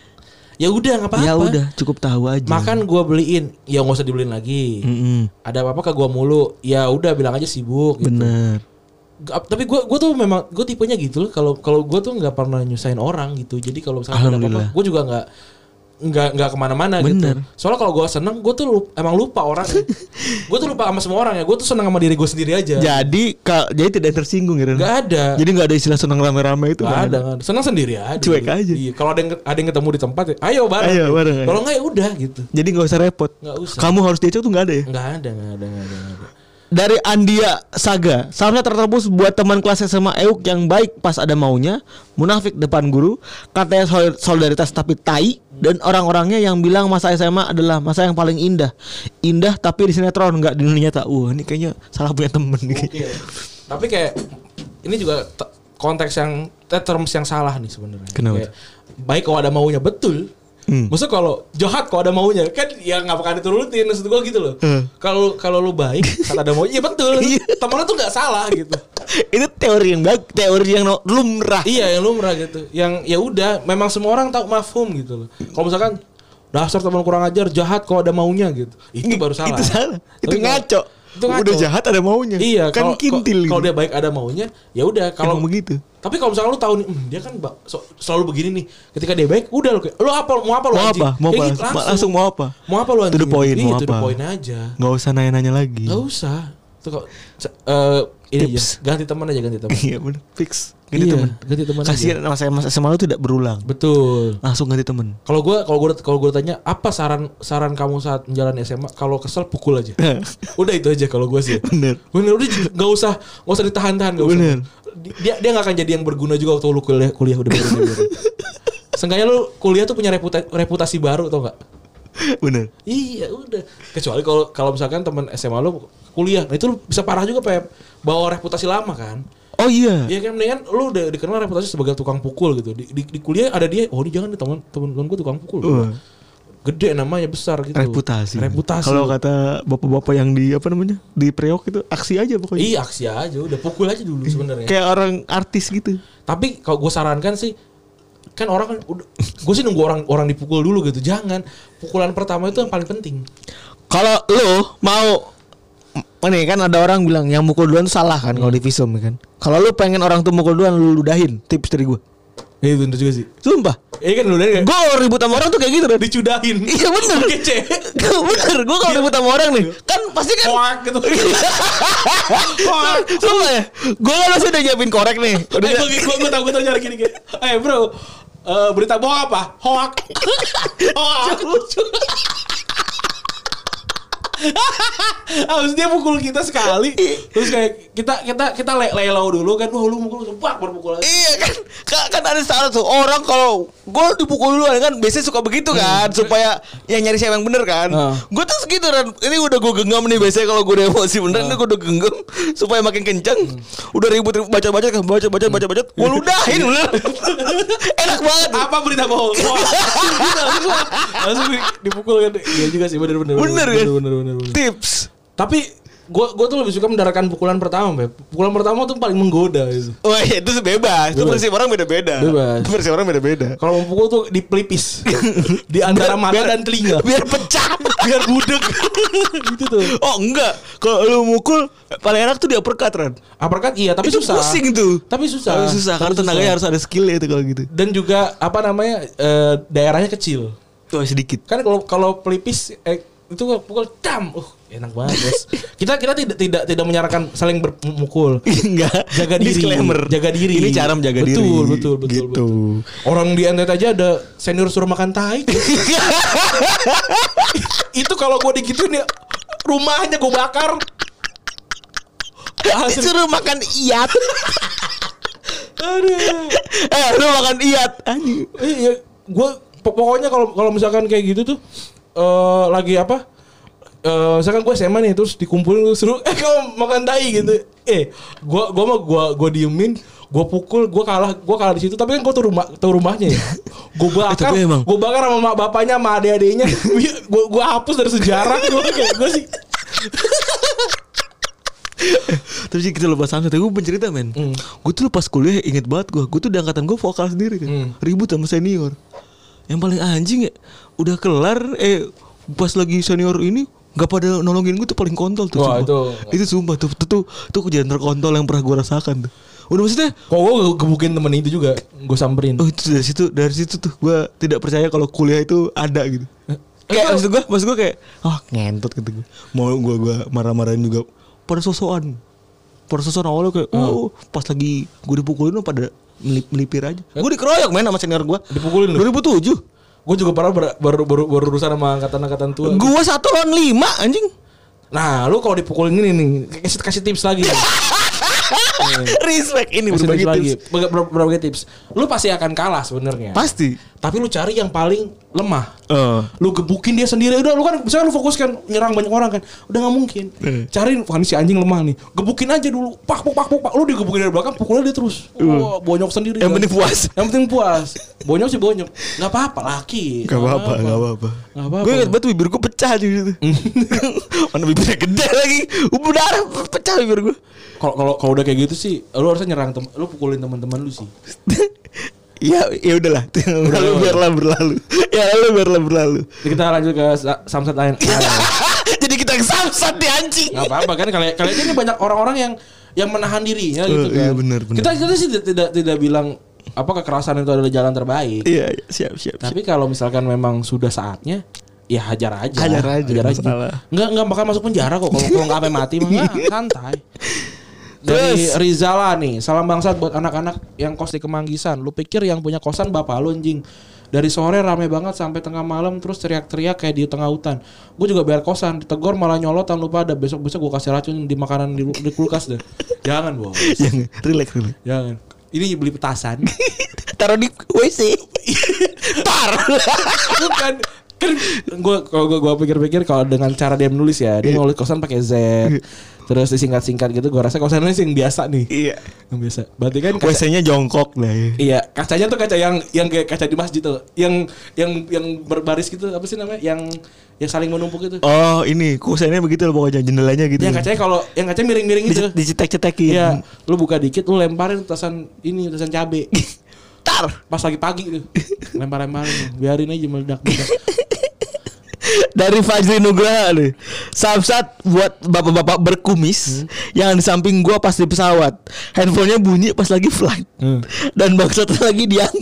Ya udah nggak apa-apa. Ya udah cukup tahu aja. Makan gue beliin, ya nggak usah dibeliin lagi. Mm-hmm. Ada apa-apa ke gue mulu, ya udah bilang aja sibuk. Gitu. Bener. Tapi gue gue tuh memang gue tipenya gitu loh. Kalau kalau gue tuh nggak pernah nyusahin orang gitu. Jadi kalau misalnya ada apa-apa, gue juga nggak nggak nggak kemana-mana. Bener. Gitu. Soalnya kalau gue seneng, gue tuh lupa, emang lupa orang. Gue tuh lupa sama semua orang ya. Gue tuh seneng sama diri gue sendiri aja. Jadi kal, jadi tidak tersinggung ya? Nggak ada. Jadi nggak ada istilah seneng rame-rame itu. Nggak ada. Kan? Seneng sendiri aja. Cuek gitu. Aja. Iya. Kalau ada yang ada yang ketemu di tempat, ya, ayo bareng. Ayo bareng. Gitu. Kalau nggak ya udah gitu. Jadi nggak usah repot. Nggak usah. Kamu harus diajak tuh nggak ada ya? Nggak ada, nggak ada, nggak ada, nggak ada. Dari Andia Saga, salamnya tertebus buat teman kelas S M A Euk yang baik pas ada maunya, munafik depan guru, katanya solidaritas tapi tai, dan orang-orangnya yang bilang masa S M A adalah masa yang paling indah, indah tapi di sinetron nggak di dunia nyata. Wah ini kayaknya salah punya temen nih. Okay. Tapi kayak ini juga t- konteks yang terms yang salah nih sebenarnya. Kenapa? Kayak, baik kalau ada maunya betul. Hmm. Maksudnya kalau jahat kalau ada maunya kan ya nggak bakal diturutin, maksud gue gitu loh. Kalau hmm. kalau lu baik saat ada maunya, ya betul. Temen lu tuh nggak salah gitu. Itu teori yang baik, teori yang lumrah. Iya yang lumrah gitu. Yang ya udah, memang semua orang tahu mafhum gitu loh. Kalau misalkan dasar teman kurang ajar, jahat kalau ada maunya gitu, itu baru salah. Itu salah. Itu ngaco. Itu ngaco. Udah jahat ada maunya. Iya kan kalo, kintil. Kalau dia baik ada maunya, ya udah. Kalau begitu. Tapi kalau misalkan lu tahu nih, hmm, dia kan ba- so, selalu begini nih. Ketika dia baik, udah lu kayak, lu apa mau apa lu mau anjing? Apa? Mau apa? Gitu, langsung. langsung mau apa? Mau apa lu anjing? To the point, mau apa? To the point aja. Enggak usah nanya-nanya lagi. Enggak usah. Tuh kok uh, ini aja, ganti teman aja, ganti teman. Iya benar, fix. Ganti iya, teman. Ganti teman. Kasihan sama saya masa S M A lu tidak berulang. Betul. Langsung ganti teman. Kalau gua kalau gua kalau gua tanya, apa saran saran kamu saat menjalani S M A? Kalau kesel pukul aja. Udah itu aja kalau gua sih. Bener. Bener udah enggak usah enggak usah ditahan-tahan, enggak usah. Bener. Dia dia enggak akan jadi yang berguna juga waktu lu kuliah kuliah udah baru. Seenggaknya lu kuliah tuh punya reputasi, reputasi baru tau enggak? Bener. Iya udah. Kecuali kalau kalau misalkan teman S M A lu kuliah, nah itu lu bisa parah juga Pep. Bawa reputasi lama kan. Oh iya. Iya kan mendingan lu udah dikenal reputasi sebagai tukang pukul gitu. Di, di, di kuliah ada dia, oh ini jangan nih teman teman gue tukang pukul. Uh. Gede namanya, besar gitu. Reputasi. Reputasi. Kalau kata bapak-bapak yang di apa namanya? Di Priok itu aksi aja pokoknya. Iya, aksi aja, udah pukul aja dulu sebenarnya. Kayak orang artis gitu. Tapi kalau gue sarankan sih, kan orang kan gue sih nunggu orang orang dipukul dulu gitu. Jangan. Pukulan pertama itu yang paling penting. Kalau lu mau nih kan ada orang bilang yang mukul duluan itu salah kan, hmm. kalau di visum kan. Kalau lu pengen orang tuh mukul duluan, lu ludahin. Tips dari gue. Iya bener juga sih. Sumpah. Iya kan lu kan. Gue ribut sama orang tuh kayak gitu kan. Dicudahin. Iya bener. Kece. Bener. Gue kalau ribut sama orang nih, kan pasti kan. Hoak gitu. Hoak. Sumpah ya. Gue kan masih udah nyiapin korek nih. Udah. Gue gue gue tahu gue tahu cara gini gini. Eh bro, uh, berita bohong apa? Hoak. Hoak. Habis dia pukul kita sekali. Terus kayak kita kita kita le lelau dulu kan. Wah lu mukul sebak baru pukul lagi. Iya kan. Kan ada salah tuh orang kalau gue dipukul dulu kan biasanya suka begitu kan hmm. supaya yang nyari siapa yang bener kan. Uh. Gue tuh segitu kan. Ini udah gue genggam nih biasanya kalau gue udah emosi bener uh. ini gue udah genggam supaya makin kencang. Hmm. Udah ribut baca-baca kan baca-baca baca-baca gue ludahin bener. Enak banget. Apa berita bohong? Langsung dipukul kan. Iya juga sih bener-bener. Bener kan. Bener-bener. Tips. Tapi gue gue tuh lebih suka mendarahkan pukulan pertama, Beb. Pukulan pertama tuh paling menggoda itu. Wah, iya, itu bebas. Itu versi orang beda-beda. Bebas. Versi orang beda-beda. Kalau mau pukul tuh di pelipis. Di antara biar, mata biar, dan telinga. Biar pecah, biar budek. Gitu tuh. Oh, enggak. Kalau lu mukul paling enak tuh di uppercut, Ran. Uppercut iya, tapi itu susah. Pusing tuh. Tapi susah. Tapi susah karena tenaganya harus ada skill ya itu kalau gitu. Dan juga apa namanya? E, daerahnya kecil. Tuh sedikit. Kan kalau kalau pelipis eh, itu pukul cam, uh enak banget guys. Kita kita tidak tidak tidak menyarankan saling bermukul. Enggak. Jaga diri. Disclaimer. Jaga diri. Ini cara menjaga betul, diri. Betul betul betul gitu. betul. Orang di N T T aja ada senior suruh makan tai. Itu kalau gue digituin ya rumahnya gue bakar. Disuruh makan iat. Aduh. Eh lu makan iat. Anjing. Iya, gue pokoknya kalau kalau misalkan kayak gitu tuh uh, lagi apa? Uh, misalkan gue S M A nih terus dikumpulin terus seru eh kamu makan tai gitu. Eh, gue gue mah gue gue diemin, gue pukul, gue kalah, gue kalah di situ. Tapi kan gue tuh rumah, tuh rumahnya ya. Gue bakar, eh, gue bakar sama mak bapaknya, sama adik-adiknya. Gue gue hapus dari sejarah. Gue kayak gue sih. Terus kita lepas Samsat, gue pencerita men. Mm. Gue tuh pas kuliah inget banget gue. Gue tuh di angkatan gue vokal sendiri kan. Mm. Ribut sama senior. Yang paling anjing ya, udah kelar, eh pas lagi senior ini gak pada nolongin gue tuh paling kontol tuh. Wah, itu itu sumpah tuh, itu tuh itu kejadian terkontol yang pernah gue rasakan tuh. Udah maksudnya, kok gue gebukin temen itu juga, gue samperin. Oh itu dari situ, dari situ tuh gue tidak percaya kalau kuliah itu ada gitu. Eh, kayak maksud gue, maksud gue kayak, oh ngentot gitu gue. Mau gue gue marah-marahin juga pada sosokan, pada sosokan awalnya kayak, hmm. oh pas lagi gue dipukulin pada melipir aja. Gue dikeroyok men sama senior gue. Dipukulin lu? dua ribu tujuh. Gue juga pernah ber, baru baru baru urusan sama angkatan-angkatan tua. Gue satu lawan lima anjing. Nah, lu kalau dipukulin ini nih, kasih kasih tips lagi. Respect ini kasih berbagi tips, tips. lagi. Ber, berbagi tips. Lu pasti akan kalah sebenarnya. Pasti. Tapi lu cari yang paling lemah. Uh. Lu gebukin dia sendiri. Udah lu kan misalnya lu fokus kan nyerang banyak orang kan. Udah enggak mungkin. Uh. Cari wah si anjing lemah nih. Gebukin aja dulu. Pak pak pak pak. Lu digebukin dari belakang, pukulnya dia terus. Uh. Oh, bonyok sendiri. Yang penting puas. Yang penting puas. Bonyok sih bonyok. Enggak apa-apa laki. Enggak apa-apa, enggak apa-apa. Gue ingat banget bibir gue pecah di situ. Mana bibirnya gede lagi. Udah pecah bibir gue. Kalau kalau kalau udah kayak gitu sih, lu harusnya nyerang tem, lu pukulin teman-teman lu sih. Ya ya udahlah, udah lu biarlah berlalu. Ya lu biarlah berlalu. Kita lanjut ke Samsat lain. Jadi kita ke Samsat di anjing. Enggak apa-apa kan kali kali ini banyak orang-orang yang yang menahan diri ya gitu uh, kan. Iya benar benar. Kita kita sih tidak tidak bilang apa kekerasan itu adalah jalan terbaik. Iya, iya siap siap. Tapi kalau misalkan memang sudah saatnya ya hajar aja. Hajar aja. Hajar aja. Enggak enggak bakal masuk penjara kok kalau kalau enggak sampai mati mah enggak, santai. Dari Rizala nih, salam bangsat buat anak-anak yang kos di Kemanggisan. Lu pikir yang punya kosan bapak lu anjing. Dari sore rame banget sampai tengah malam terus teriak-teriak kayak di tengah hutan. Gue juga bayar kosan, ditegor malah nyolotan lupa ada besok-besok gue kasih racun di makanan di, di kulkas deh. Jangan bos. Jangan, relax relax. Jangan. Ini beli petasan. Taruh di W C. Tar. Bukan. Kan gue kalau gue pikir-pikir kalau dengan cara dia menulis ya, dia nulis kosan pakai Z. Terus disingkat-singkat gitu, gue rasa kosannya sih yang biasa nih. Iya. Yang biasa. Berarti kan W C-nya jongkok lah ya. Iya, kacanya tuh kaca yang yang kayak kaca di masjid tuh. Yang yang yang berbaris gitu, apa sih namanya? Yang yang saling menumpuk itu. Oh, ini kosannya begitu loh pokoknya, jendelanya gitu. Yang kacanya kalau yang kaca miring-miring gitu. Dicetek-cetekin. Iya. Lu buka dikit, lu lemparin petasan ini, petasan cabe. Tar. Pas lagi pagi tuh. Lempar-lemparin. Biarin aja meledak-meledak. Dari Fajri Nugraha nih. Samsat buat bapak-bapak berkumis hmm. yang di samping gua pas di pesawat. Handphonenya bunyi pas lagi flight. Hmm. Dan bangsatnya lagi diangkat.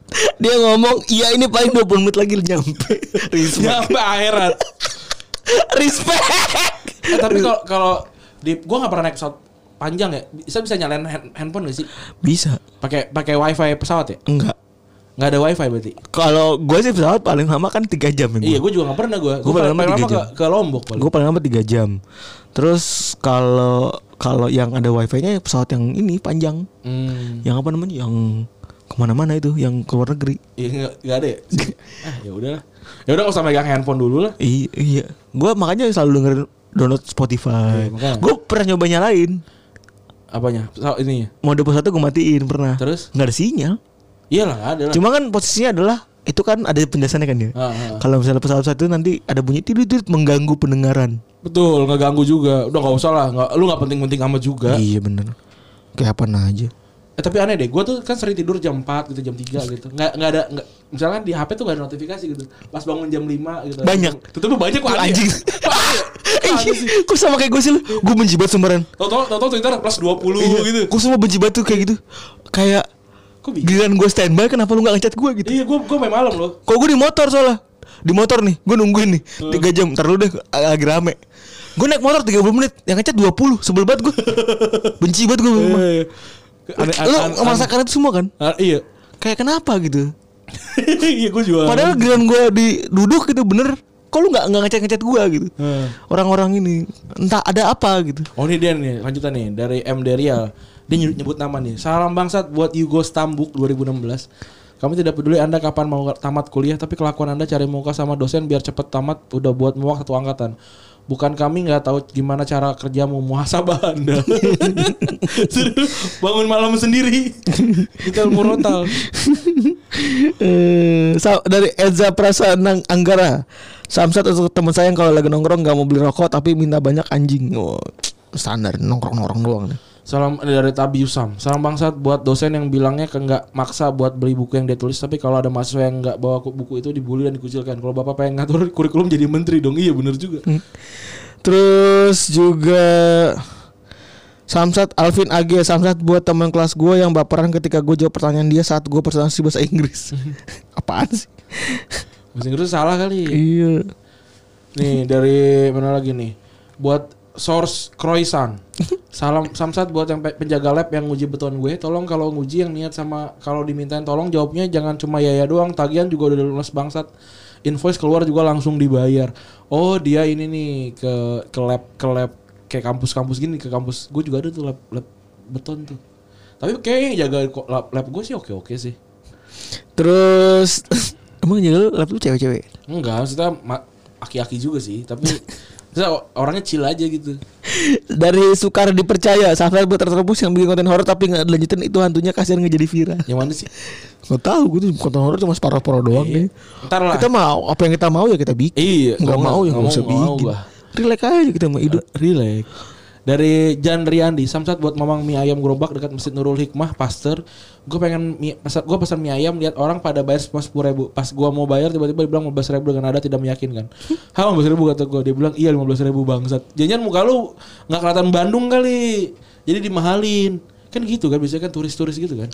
Dia ngomong, iya ini paling dua puluh menit lagi nyampe. Nyampe akhirat. Respect. Eh, tapi kalau kalau di gue nggak pernah naik pesawat panjang ya. Bisa bisa nyalain hand, handphone gak sih? Bisa. Pakai pakai wifi pesawat ya? Enggak. Nggak ada wifi berarti. Kalau gue sih pesawat paling lama kan tiga jam ya. Iya, gue juga nggak pernah gue. Gue paling lama tiga jam. Ke, ke Lombok. Gue paling lama tiga jam. Terus kalau kalau yang ada wifi-nya pesawat yang ini panjang. Hmm. Yang apa namanya? Yang kemana-mana itu, yang ke luar negeri. Iya nggak nggak ada ya. Ah ya udahlah. Ya udah nggak usah megang handphone dulu lah. Iya, iya. Gue makanya selalu dengerin download Spotify. Iya, gue pernah nyoba nyalain. Apanya? So, ini ya? Mode pesawat tuh gue matiin pernah. Terus? Nggak ada sinyal. Iyalah nggak ada lah. Cuma kan posisinya adalah itu kan ada penjelasannya kan ya. Ah, ah. Kalau misalnya pesawat itu nanti ada bunyi tidur-tidur mengganggu pendengaran. Betul, nggak ganggu juga. Udah nggak usah lah. Nggak, lu nggak penting-penting amat juga. Iya bener. Kayak apa aja. Eh, tapi aneh deh, gue tuh kan sering tidur jam empat gitu, jam tiga gitu. Nggak nggak ada nggak, misalkan di H P tuh nggak ada notifikasi gitu. Pas bangun jam lima gitu. Banyak. Tetep banyak kok anjing. Eh, kok sama kayak gue sih lu. Gue benci banget sembaran. Tau-tau tau-tau Twitter plus dua puluh iya. Gitu. Gue semua benci banget tuh kayak gitu. Kayak giliran gue standby kenapa lu gak ngechat gue gitu. Iya gue gue main malam loh. Kok gue di motor soalnya. Di motor nih gue nungguin nih tiga jam. Ntar lu deh lagi rame. Gue naik motor tiga puluh menit. Yang ngechat dua puluh. Sebel banget gue. Benci banget gue. Lu merasakan itu semua kan? Ah, iya. Kayak kenapa gitu. Iya gue juga. Padahal giliran gue di duduk gitu bener. Kok lu gak, gak ngechat-ngechat gue gitu. hmm. Orang-orang ini entah ada apa gitu. Oh ini dia nih lanjutan nih dari M Derial. Dia nyebut nama nih. Salam bangsat buat Yugo Stambuk dua ribu enam belas. Kami tidak peduli Anda kapan mau tamat kuliah, tapi kelakuan Anda cari muka sama dosen biar cepet tamat udah buat muak satu angkatan. Bukan kami nggak tahu gimana cara kerjamu muhasabah Anda. Bangun malam sendiri. Kita murotal. uh, dari Eza Prasa Nang Anggara. Samsat untuk teman saya yang kalau lagi nongkrong nggak mau beli rokok tapi minta banyak anjing. Oh, standar nongkrong-nongkrong doang nih. Salam dari Tabi Usam. Salam bangsat buat dosen yang bilangnya ke nggak maksa buat beli buku yang dia tulis, tapi kalau ada mahasiswa yang nggak bawa buku itu dibully dan dikucilkan. Kalau bapak pengen ngatur kurikulum jadi menteri dong. Iya bener juga. Hmm. Terus juga Samsat Alvin A G. Samsat buat teman kelas gue yang baperan ketika gue jawab pertanyaan dia saat gue presentasi bahasa Inggris. Apaan sih? Bahasa Inggris salah kali. Iya. Nih dari mana lagi nih? Buat Source Croissant. Salam Samsat buat yang penjaga lab yang nguji beton gue. Tolong kalau nguji yang niat sama kalau dimintain tolong jawabnya jangan cuma ya ya doang. Tagihan juga udah lunas bangsat. Invoice keluar juga langsung dibayar. Oh dia ini nih ke ke lab ke lab kayak kampus-kampus gini, ke kampus gue juga ada tuh lab, lab beton tuh. Tapi kayaknya jaga lab, lab gue sih oke-oke sih. Terus emang jaga lab tuh cewek-cewek? Enggak, maksudnya ma- aki-aki juga sih, tapi orangnya chill aja gitu. Dari Sukar dipercaya, Safar buat tertebus yang bikin konten horor tapi nggak dilanjutin itu hantunya kasihan nggak jadi viral. Yang mana sih? Nggak tahu, gue tuh konten horor cuma separuh-paruh doang iya. Nih. Ntar lah. Kita mau apa yang kita mau ya kita bikin. Iya. Nggak mau ya nggak usah bikin. Relax aja kita mau hidup. Uh, relax. Dari Jan Riyandi, Samsat buat mamang mie ayam gerobak dekat Masjid Nurul Hikmah, Pasteur. Gue pengen mie, pesan, gue pesan mie ayam, lihat orang pada bayar sepuluh ribu. Pas gue mau bayar tiba-tiba dibilang lima belas ribu dengan nada tidak meyakinkan. Hah lima belas ribu kata gue, dia bilang iya lima belas ribu bangsat. Jangan muka lu nggak kelihatan Bandung kali, jadi dimahalin. Kan gitu kan biasanya kan turis-turis gitu kan.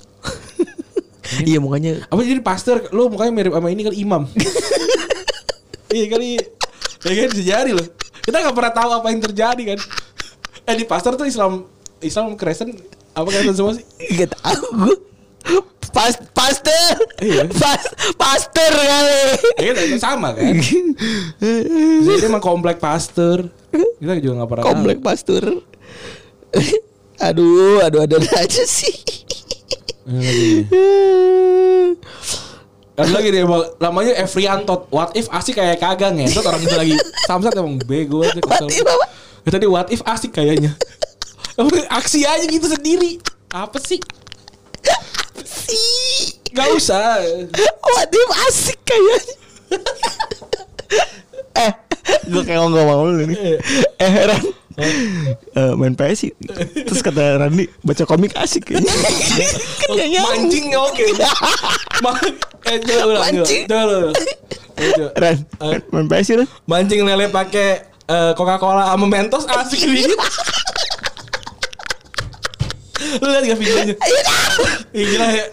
Iya mukanya. Apa jadi Pasteur, lu mukanya mirip sama ini kan imam. Iya kali, ya kan sejari loh. Kita nggak pernah tahu apa yang terjadi kan. Eh di Pasteur tuh Islam Islam Kristen apa Kristen semua sih? Gak tahu. Pas Pasteur. Iya. Pas Pasteur kali. Iya itu sama kan. Jadi emang komplek Pasteur. Kita juga enggak pernah komplek tahu. Pasteur. Aduh, aduh ada aja sih. Ada lagi deh namanya Efriantot. What if asik kayak kagang ya. Terus orang itu lagi Samsat emang bego aja kesel. Tadi what if asik kayaknya. Aksi aja gitu sendiri. Apa sih? Apa sih? Gak usah. What if asik kayaknya. eh, gue kayak ngomong mau lu nih. Eh, Ran. Uh, main P S sih. Terus kata Randi baca komik asik kayaknya. Mancing oke. Eh, mancing. Ran, main P S sih Ran. Mancing lele pakai Uh, Coca-Cola sama Mentos asik nih. Lu lihat gak videonya? Iya gila ya.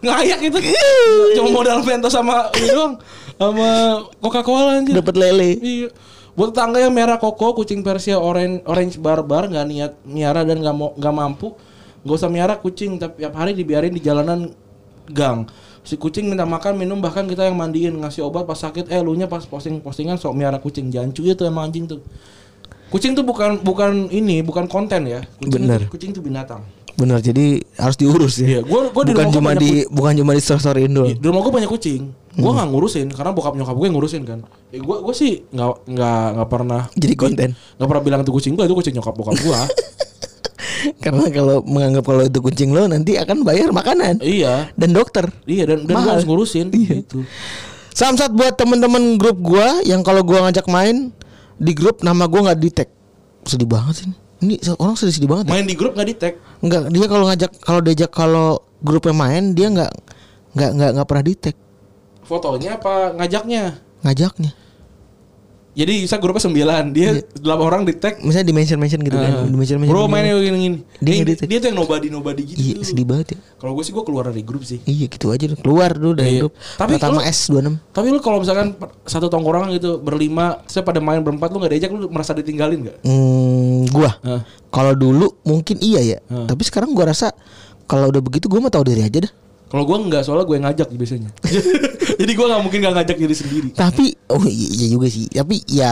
ngayak itu. Cuma modal Mentos sama ini doang. Sama Coca-Cola anjir. Dapat lele. Iya. Buat tetangga yang merah koko, kucing Persia orange orange barbar nggak niat miara dan nggak mau nggak mampu, nggak usah miara kucing, tapi tiap hari dibiarin di jalanan gang. Si kucing minta makan, minum, bahkan kita yang mandiin, ngasih obat pas sakit. Eh, lu nya pas posting-postingan sok miara kucing. Jangan cuy itu emang anjing tuh. Kucing tuh bukan bukan ini, bukan konten ya. Kucing Bener. Itu, kucing tuh binatang. Benar, jadi harus diurus ya. Iya, gua gua di bukan rumah cuma gua di banyak, bukan cuma di story-storyin doang. di rumah gua banyak kucing. Gua nggak ngurusin karena bokap nyokap gue yang ngurusin kan. Eh, gua gua sih nggak nggak nggak pernah Jadi konten. nggak pernah bilang itu kucing gua, itu kucing nyokap bokap gua. Karena kalau menganggap kalau itu kucing lo nanti akan bayar makanan. Iya. Dan dokter. Iya dan dan gua harus ngurusin Iya. gitu. Samsat buat temen-temen grup gua yang kalau gua ngajak main di grup nama gua nggak di tag. Sedih banget sih. Ini orang sedih-sedih banget. Main di grup nggak di tag. Enggak, dia kalau ngajak kalau diajak kalau grupnya main dia nggak nggak nggak nggak pernah di tag Fotonya apa ngajaknya? ngajaknya. Jadi bisa grupnya sembilan, dia delapan orang di tag. Misalnya di mention mention gitu kan, di mention mention. Bro mainnya gini gini. Dia Dia, ngedit. dia tuh yang nobody nobody gitu. Iya, sedih banget ya. Kalau gue sih gue keluar dari grup sih. Iya gitu aja deh. Keluar dulu dari Iya. grup. Tapi Pertama lu- S dua puluh enam. Tapi lu kalau misalkan satu tongkrongan gitu berlima, saya pada main berempat lu nggak diajak, lu merasa ditinggalin nggak? Hmm, gua. Hah. Kalau dulu mungkin iya ya. Hmm. Tapi sekarang gua rasa kalau udah begitu gua mah tahu diri aja dah. Kalau gue nggak, soalnya gue yang ngajak biasanya. Jadi gue nggak mungkin nggak ngajak diri sendiri. Tapi oh iya, iya juga sih. Tapi ya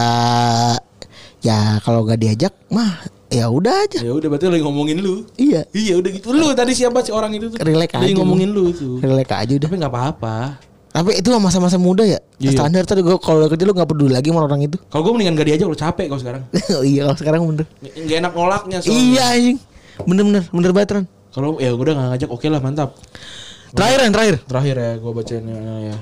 ya kalau nggak diajak mah ya udah aja. Ya udah berarti lagi ngomongin lu. Iya. Iya udah gitu. Lu tadi siapa sih orang itu tuh? Relax Lagi aja ngomongin lu. lu tuh. Relax aja udah. Tapi nggak apa-apa. Tapi itu masa-masa muda ya. Iya. Standar tadi gua kalau kerja lu nggak peduli lagi sama orang itu. Kalau gue mendingan gak diajak, lu capek kau sekarang. Oh iya kalau sekarang bener. Nggak enak nolaknya soalnya. Iya anjing. Bener-bener bener banget Ran. Kalau ya udah nggak ngajak, oke lah, mantap. Terakhir Ran, terakhir. Terakhir ya gue bacainnya ya.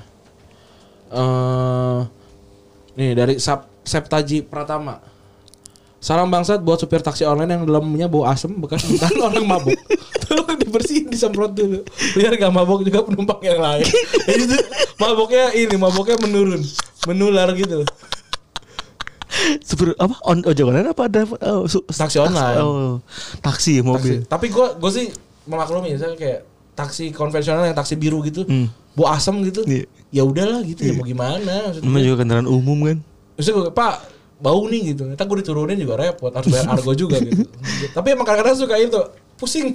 Eh nih dari Sap, Septaji Pratama. Salam bangsat buat supir taksi online yang dalamnya bau asem bekas muntahan orang mabuk. Tolong dibersihin, disemprot dulu biar gak mabuk juga penumpang yang lain. Jadi tuh mabuknya ini, mabuknya menurun, menular gitu. Supir apa? On ojek online apa ada oh, su, Taksi online. Oh, taksi mobil. Taksi. Tapi gue gue sih memaklumi, misalnya kayak taksi konvensional yang taksi biru gitu, Hmm. bau asem gitu. Iya. Ya udahlah gitu, ya mau gimana? Maksudnya, Namanya juga kendaraan umum kan. Maksudnya gue, Pak, bau nih gitu. Ntar gue diturunin juga repot, harus bayar argo juga gitu. Tapi emang kadang-kadang suka itu, pusing.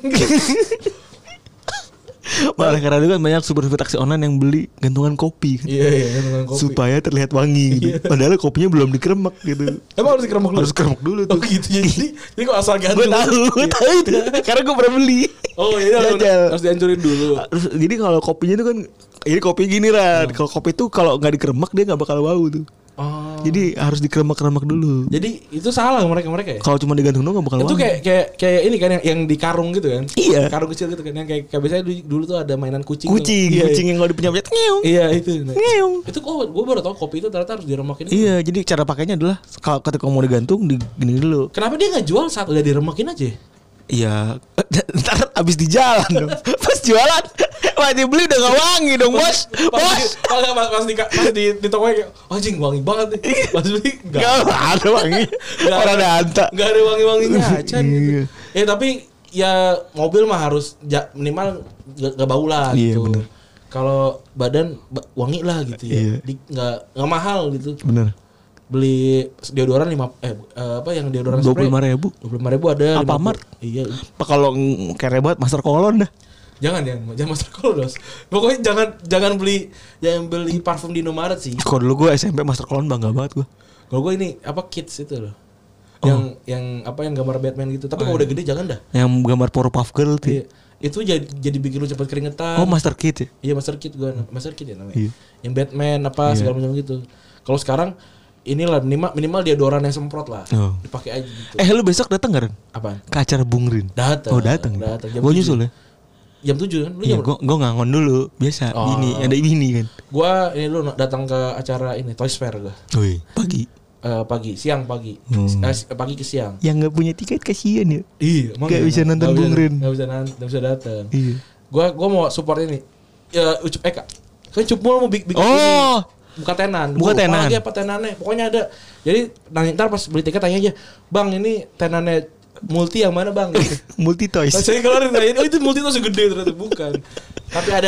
Malah karena itu kan banyak supir-supir taksi online yang beli gantungan kopi kan. Iya, iya, gantungan kopi. Supaya terlihat wangi gitu. Iya. Padahal kopinya belum dikeremek gitu. Emang harus dikeremek dulu? Harus keremek dulu tuh. Oh gitu, jadi, jadi kok asal gantung. Gue tahu, gue tahu itu. Karena gue pernah beli. Oh iya, Jajal. harus dihancurin dulu. Terus, jadi kalau kopinya itu kan, ini kopi gini Ran. Kalau kopi itu kalau nggak dikeremek dia nggak bakal bau tuh. Oh. Jadi harus dikeremek-keremek dulu. Jadi itu salah mereka-mereka ya? Kalau cuma digantung doang nggak bakal Itu wangi. kayak kayak kayak ini kan yang, yang di karung gitu kan? Iya. Karung kecil gitu kan, yang kayak, kayak biasanya dulu, dulu tuh ada mainan kucing. Kucing, Iya, kucing yang kalau dipencet-pencet ngeong. Iya itu. Nah, Ngeong. itu kok gue baru tau kopi itu ternyata harus diremekin. Iya, jadi cara pakainya adalah kalau ketika mau digantung di gini dulu. Kenapa dia nggak jual saat udah diremekin aja? Iya, ntar abis di jalan dong. Pas jualan, wah dibeli udah gak wangi dong bos. Pas Bos, di, pas, pas, pas di, pas di, di toko kayak anjing wangi banget nih. Pas beli gak enggak. ada wangi. Nggak Orang ada. anta. Enggak ada wangi-wanginya aja gitu. Iya. Eh tapi ya mobil mah harus ja, minimal gak, gak bau lah Iya, gitu. bener. Kalau badan ba- wangi lah gitu ya. Iya. Di, gak, gak mahal gitu. Bener. Beli deodoran lima eh eh, apa yang deodoran Dua puluh lima ribu. dua puluh lima ribu ada. Apa, lima puluh. Mart? Iya. Apa kalau ng- kere banget Master Kolon dah. Jangan ya, jangan Master Kolos. Pokoknya jangan jangan beli jangan beli parfum di Indomaret sih. Kalau dulu gue S M P Master Kolon bangga banget gue. Kalau gue ini apa kids itu loh. Yang yang apa yang gambar Batman gitu. Tapi kalau udah gede jangan dah. Yang gambar Powerpuff Girl tuh. Iya. Itu jadi jadi bikin lu cepet keringetan. Oh Master Kid ya. Iya Master Kid gue, Master Kid ya namanya. Iya. Yang Batman apa Iya. segala macam gitu. Kalau sekarang inilah minimal minimal deodoran yang semprot lah. Oh. Dipakai aja gitu. Eh lu besok datang gak Ren? Apaan? Ke acara Bung Rin. Datang. Oh datang. Datang. Jam Gue tujuh. nyusul ya. Jam tujuh kan? Lu Iya, jam gue gue ngangon dulu biasa. Oh. Bini ada bini kan. gua ini lu datang ke acara ini Toys Fair gua. Wih, pagi. Eh, pagi, siang pagi. Hmm. Eh, si- pagi ke siang. Yang nggak punya tiket kasihan ya. Iya, emang Nggak bisa nonton Bung Rin. Enggak bisa nonton, enggak bisa datang. Iya. Gua gua mau support ini. Ya Ucup Eka. Kan Cupmul mau bikin Oh. ini. Buka tenan. Buka Gua, tenan. Apa lagi apa tenannya? Pokoknya ada. Jadi nanti ntar pas beli tiket tanya aja, "Bang, ini tenannya multi yang mana, Bang?" Gitu. Multi toys. Nah, saya keluarin, oh itu multi tuh segede ternyata bukan. Tapi ada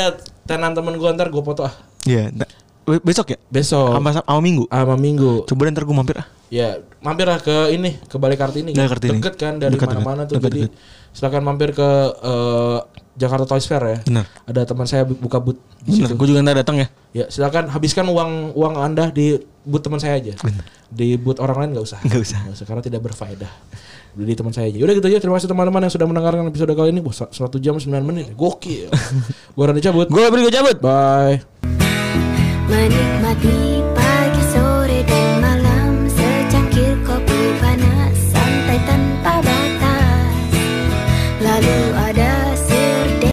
tenan temen gue ntar gue foto ah. Iya. Yeah. Besok ya? Besok. Sama sama Minggu. Sama Minggu. Coba ntar gue mampir ah. Ya, mampir lah ke ini, ke Balai Kartini. Balai Kartini. Deket kan dari Deket, mana-mana deket. tuh. Deket, Jadi deket. silakan mampir ke uh, Jakarta Toys Fair ya. Benar. Ada teman saya buka booth di Benar. situ. Gue juga ntar datang ya. Ya, silakan habiskan uang uang Anda di booth teman saya aja. Benar. Di booth orang lain enggak usah. Enggak usah. Enggak usah karena tidak berfaedah. Di teman saya aja. Udah gitu aja. Terima kasih teman-teman yang sudah mendengarkan episode kali ini. Bos, satu jam sembilan menit. Gokil. Gua Randy cabut. Gue beri gue cabut. Bye. Menikmati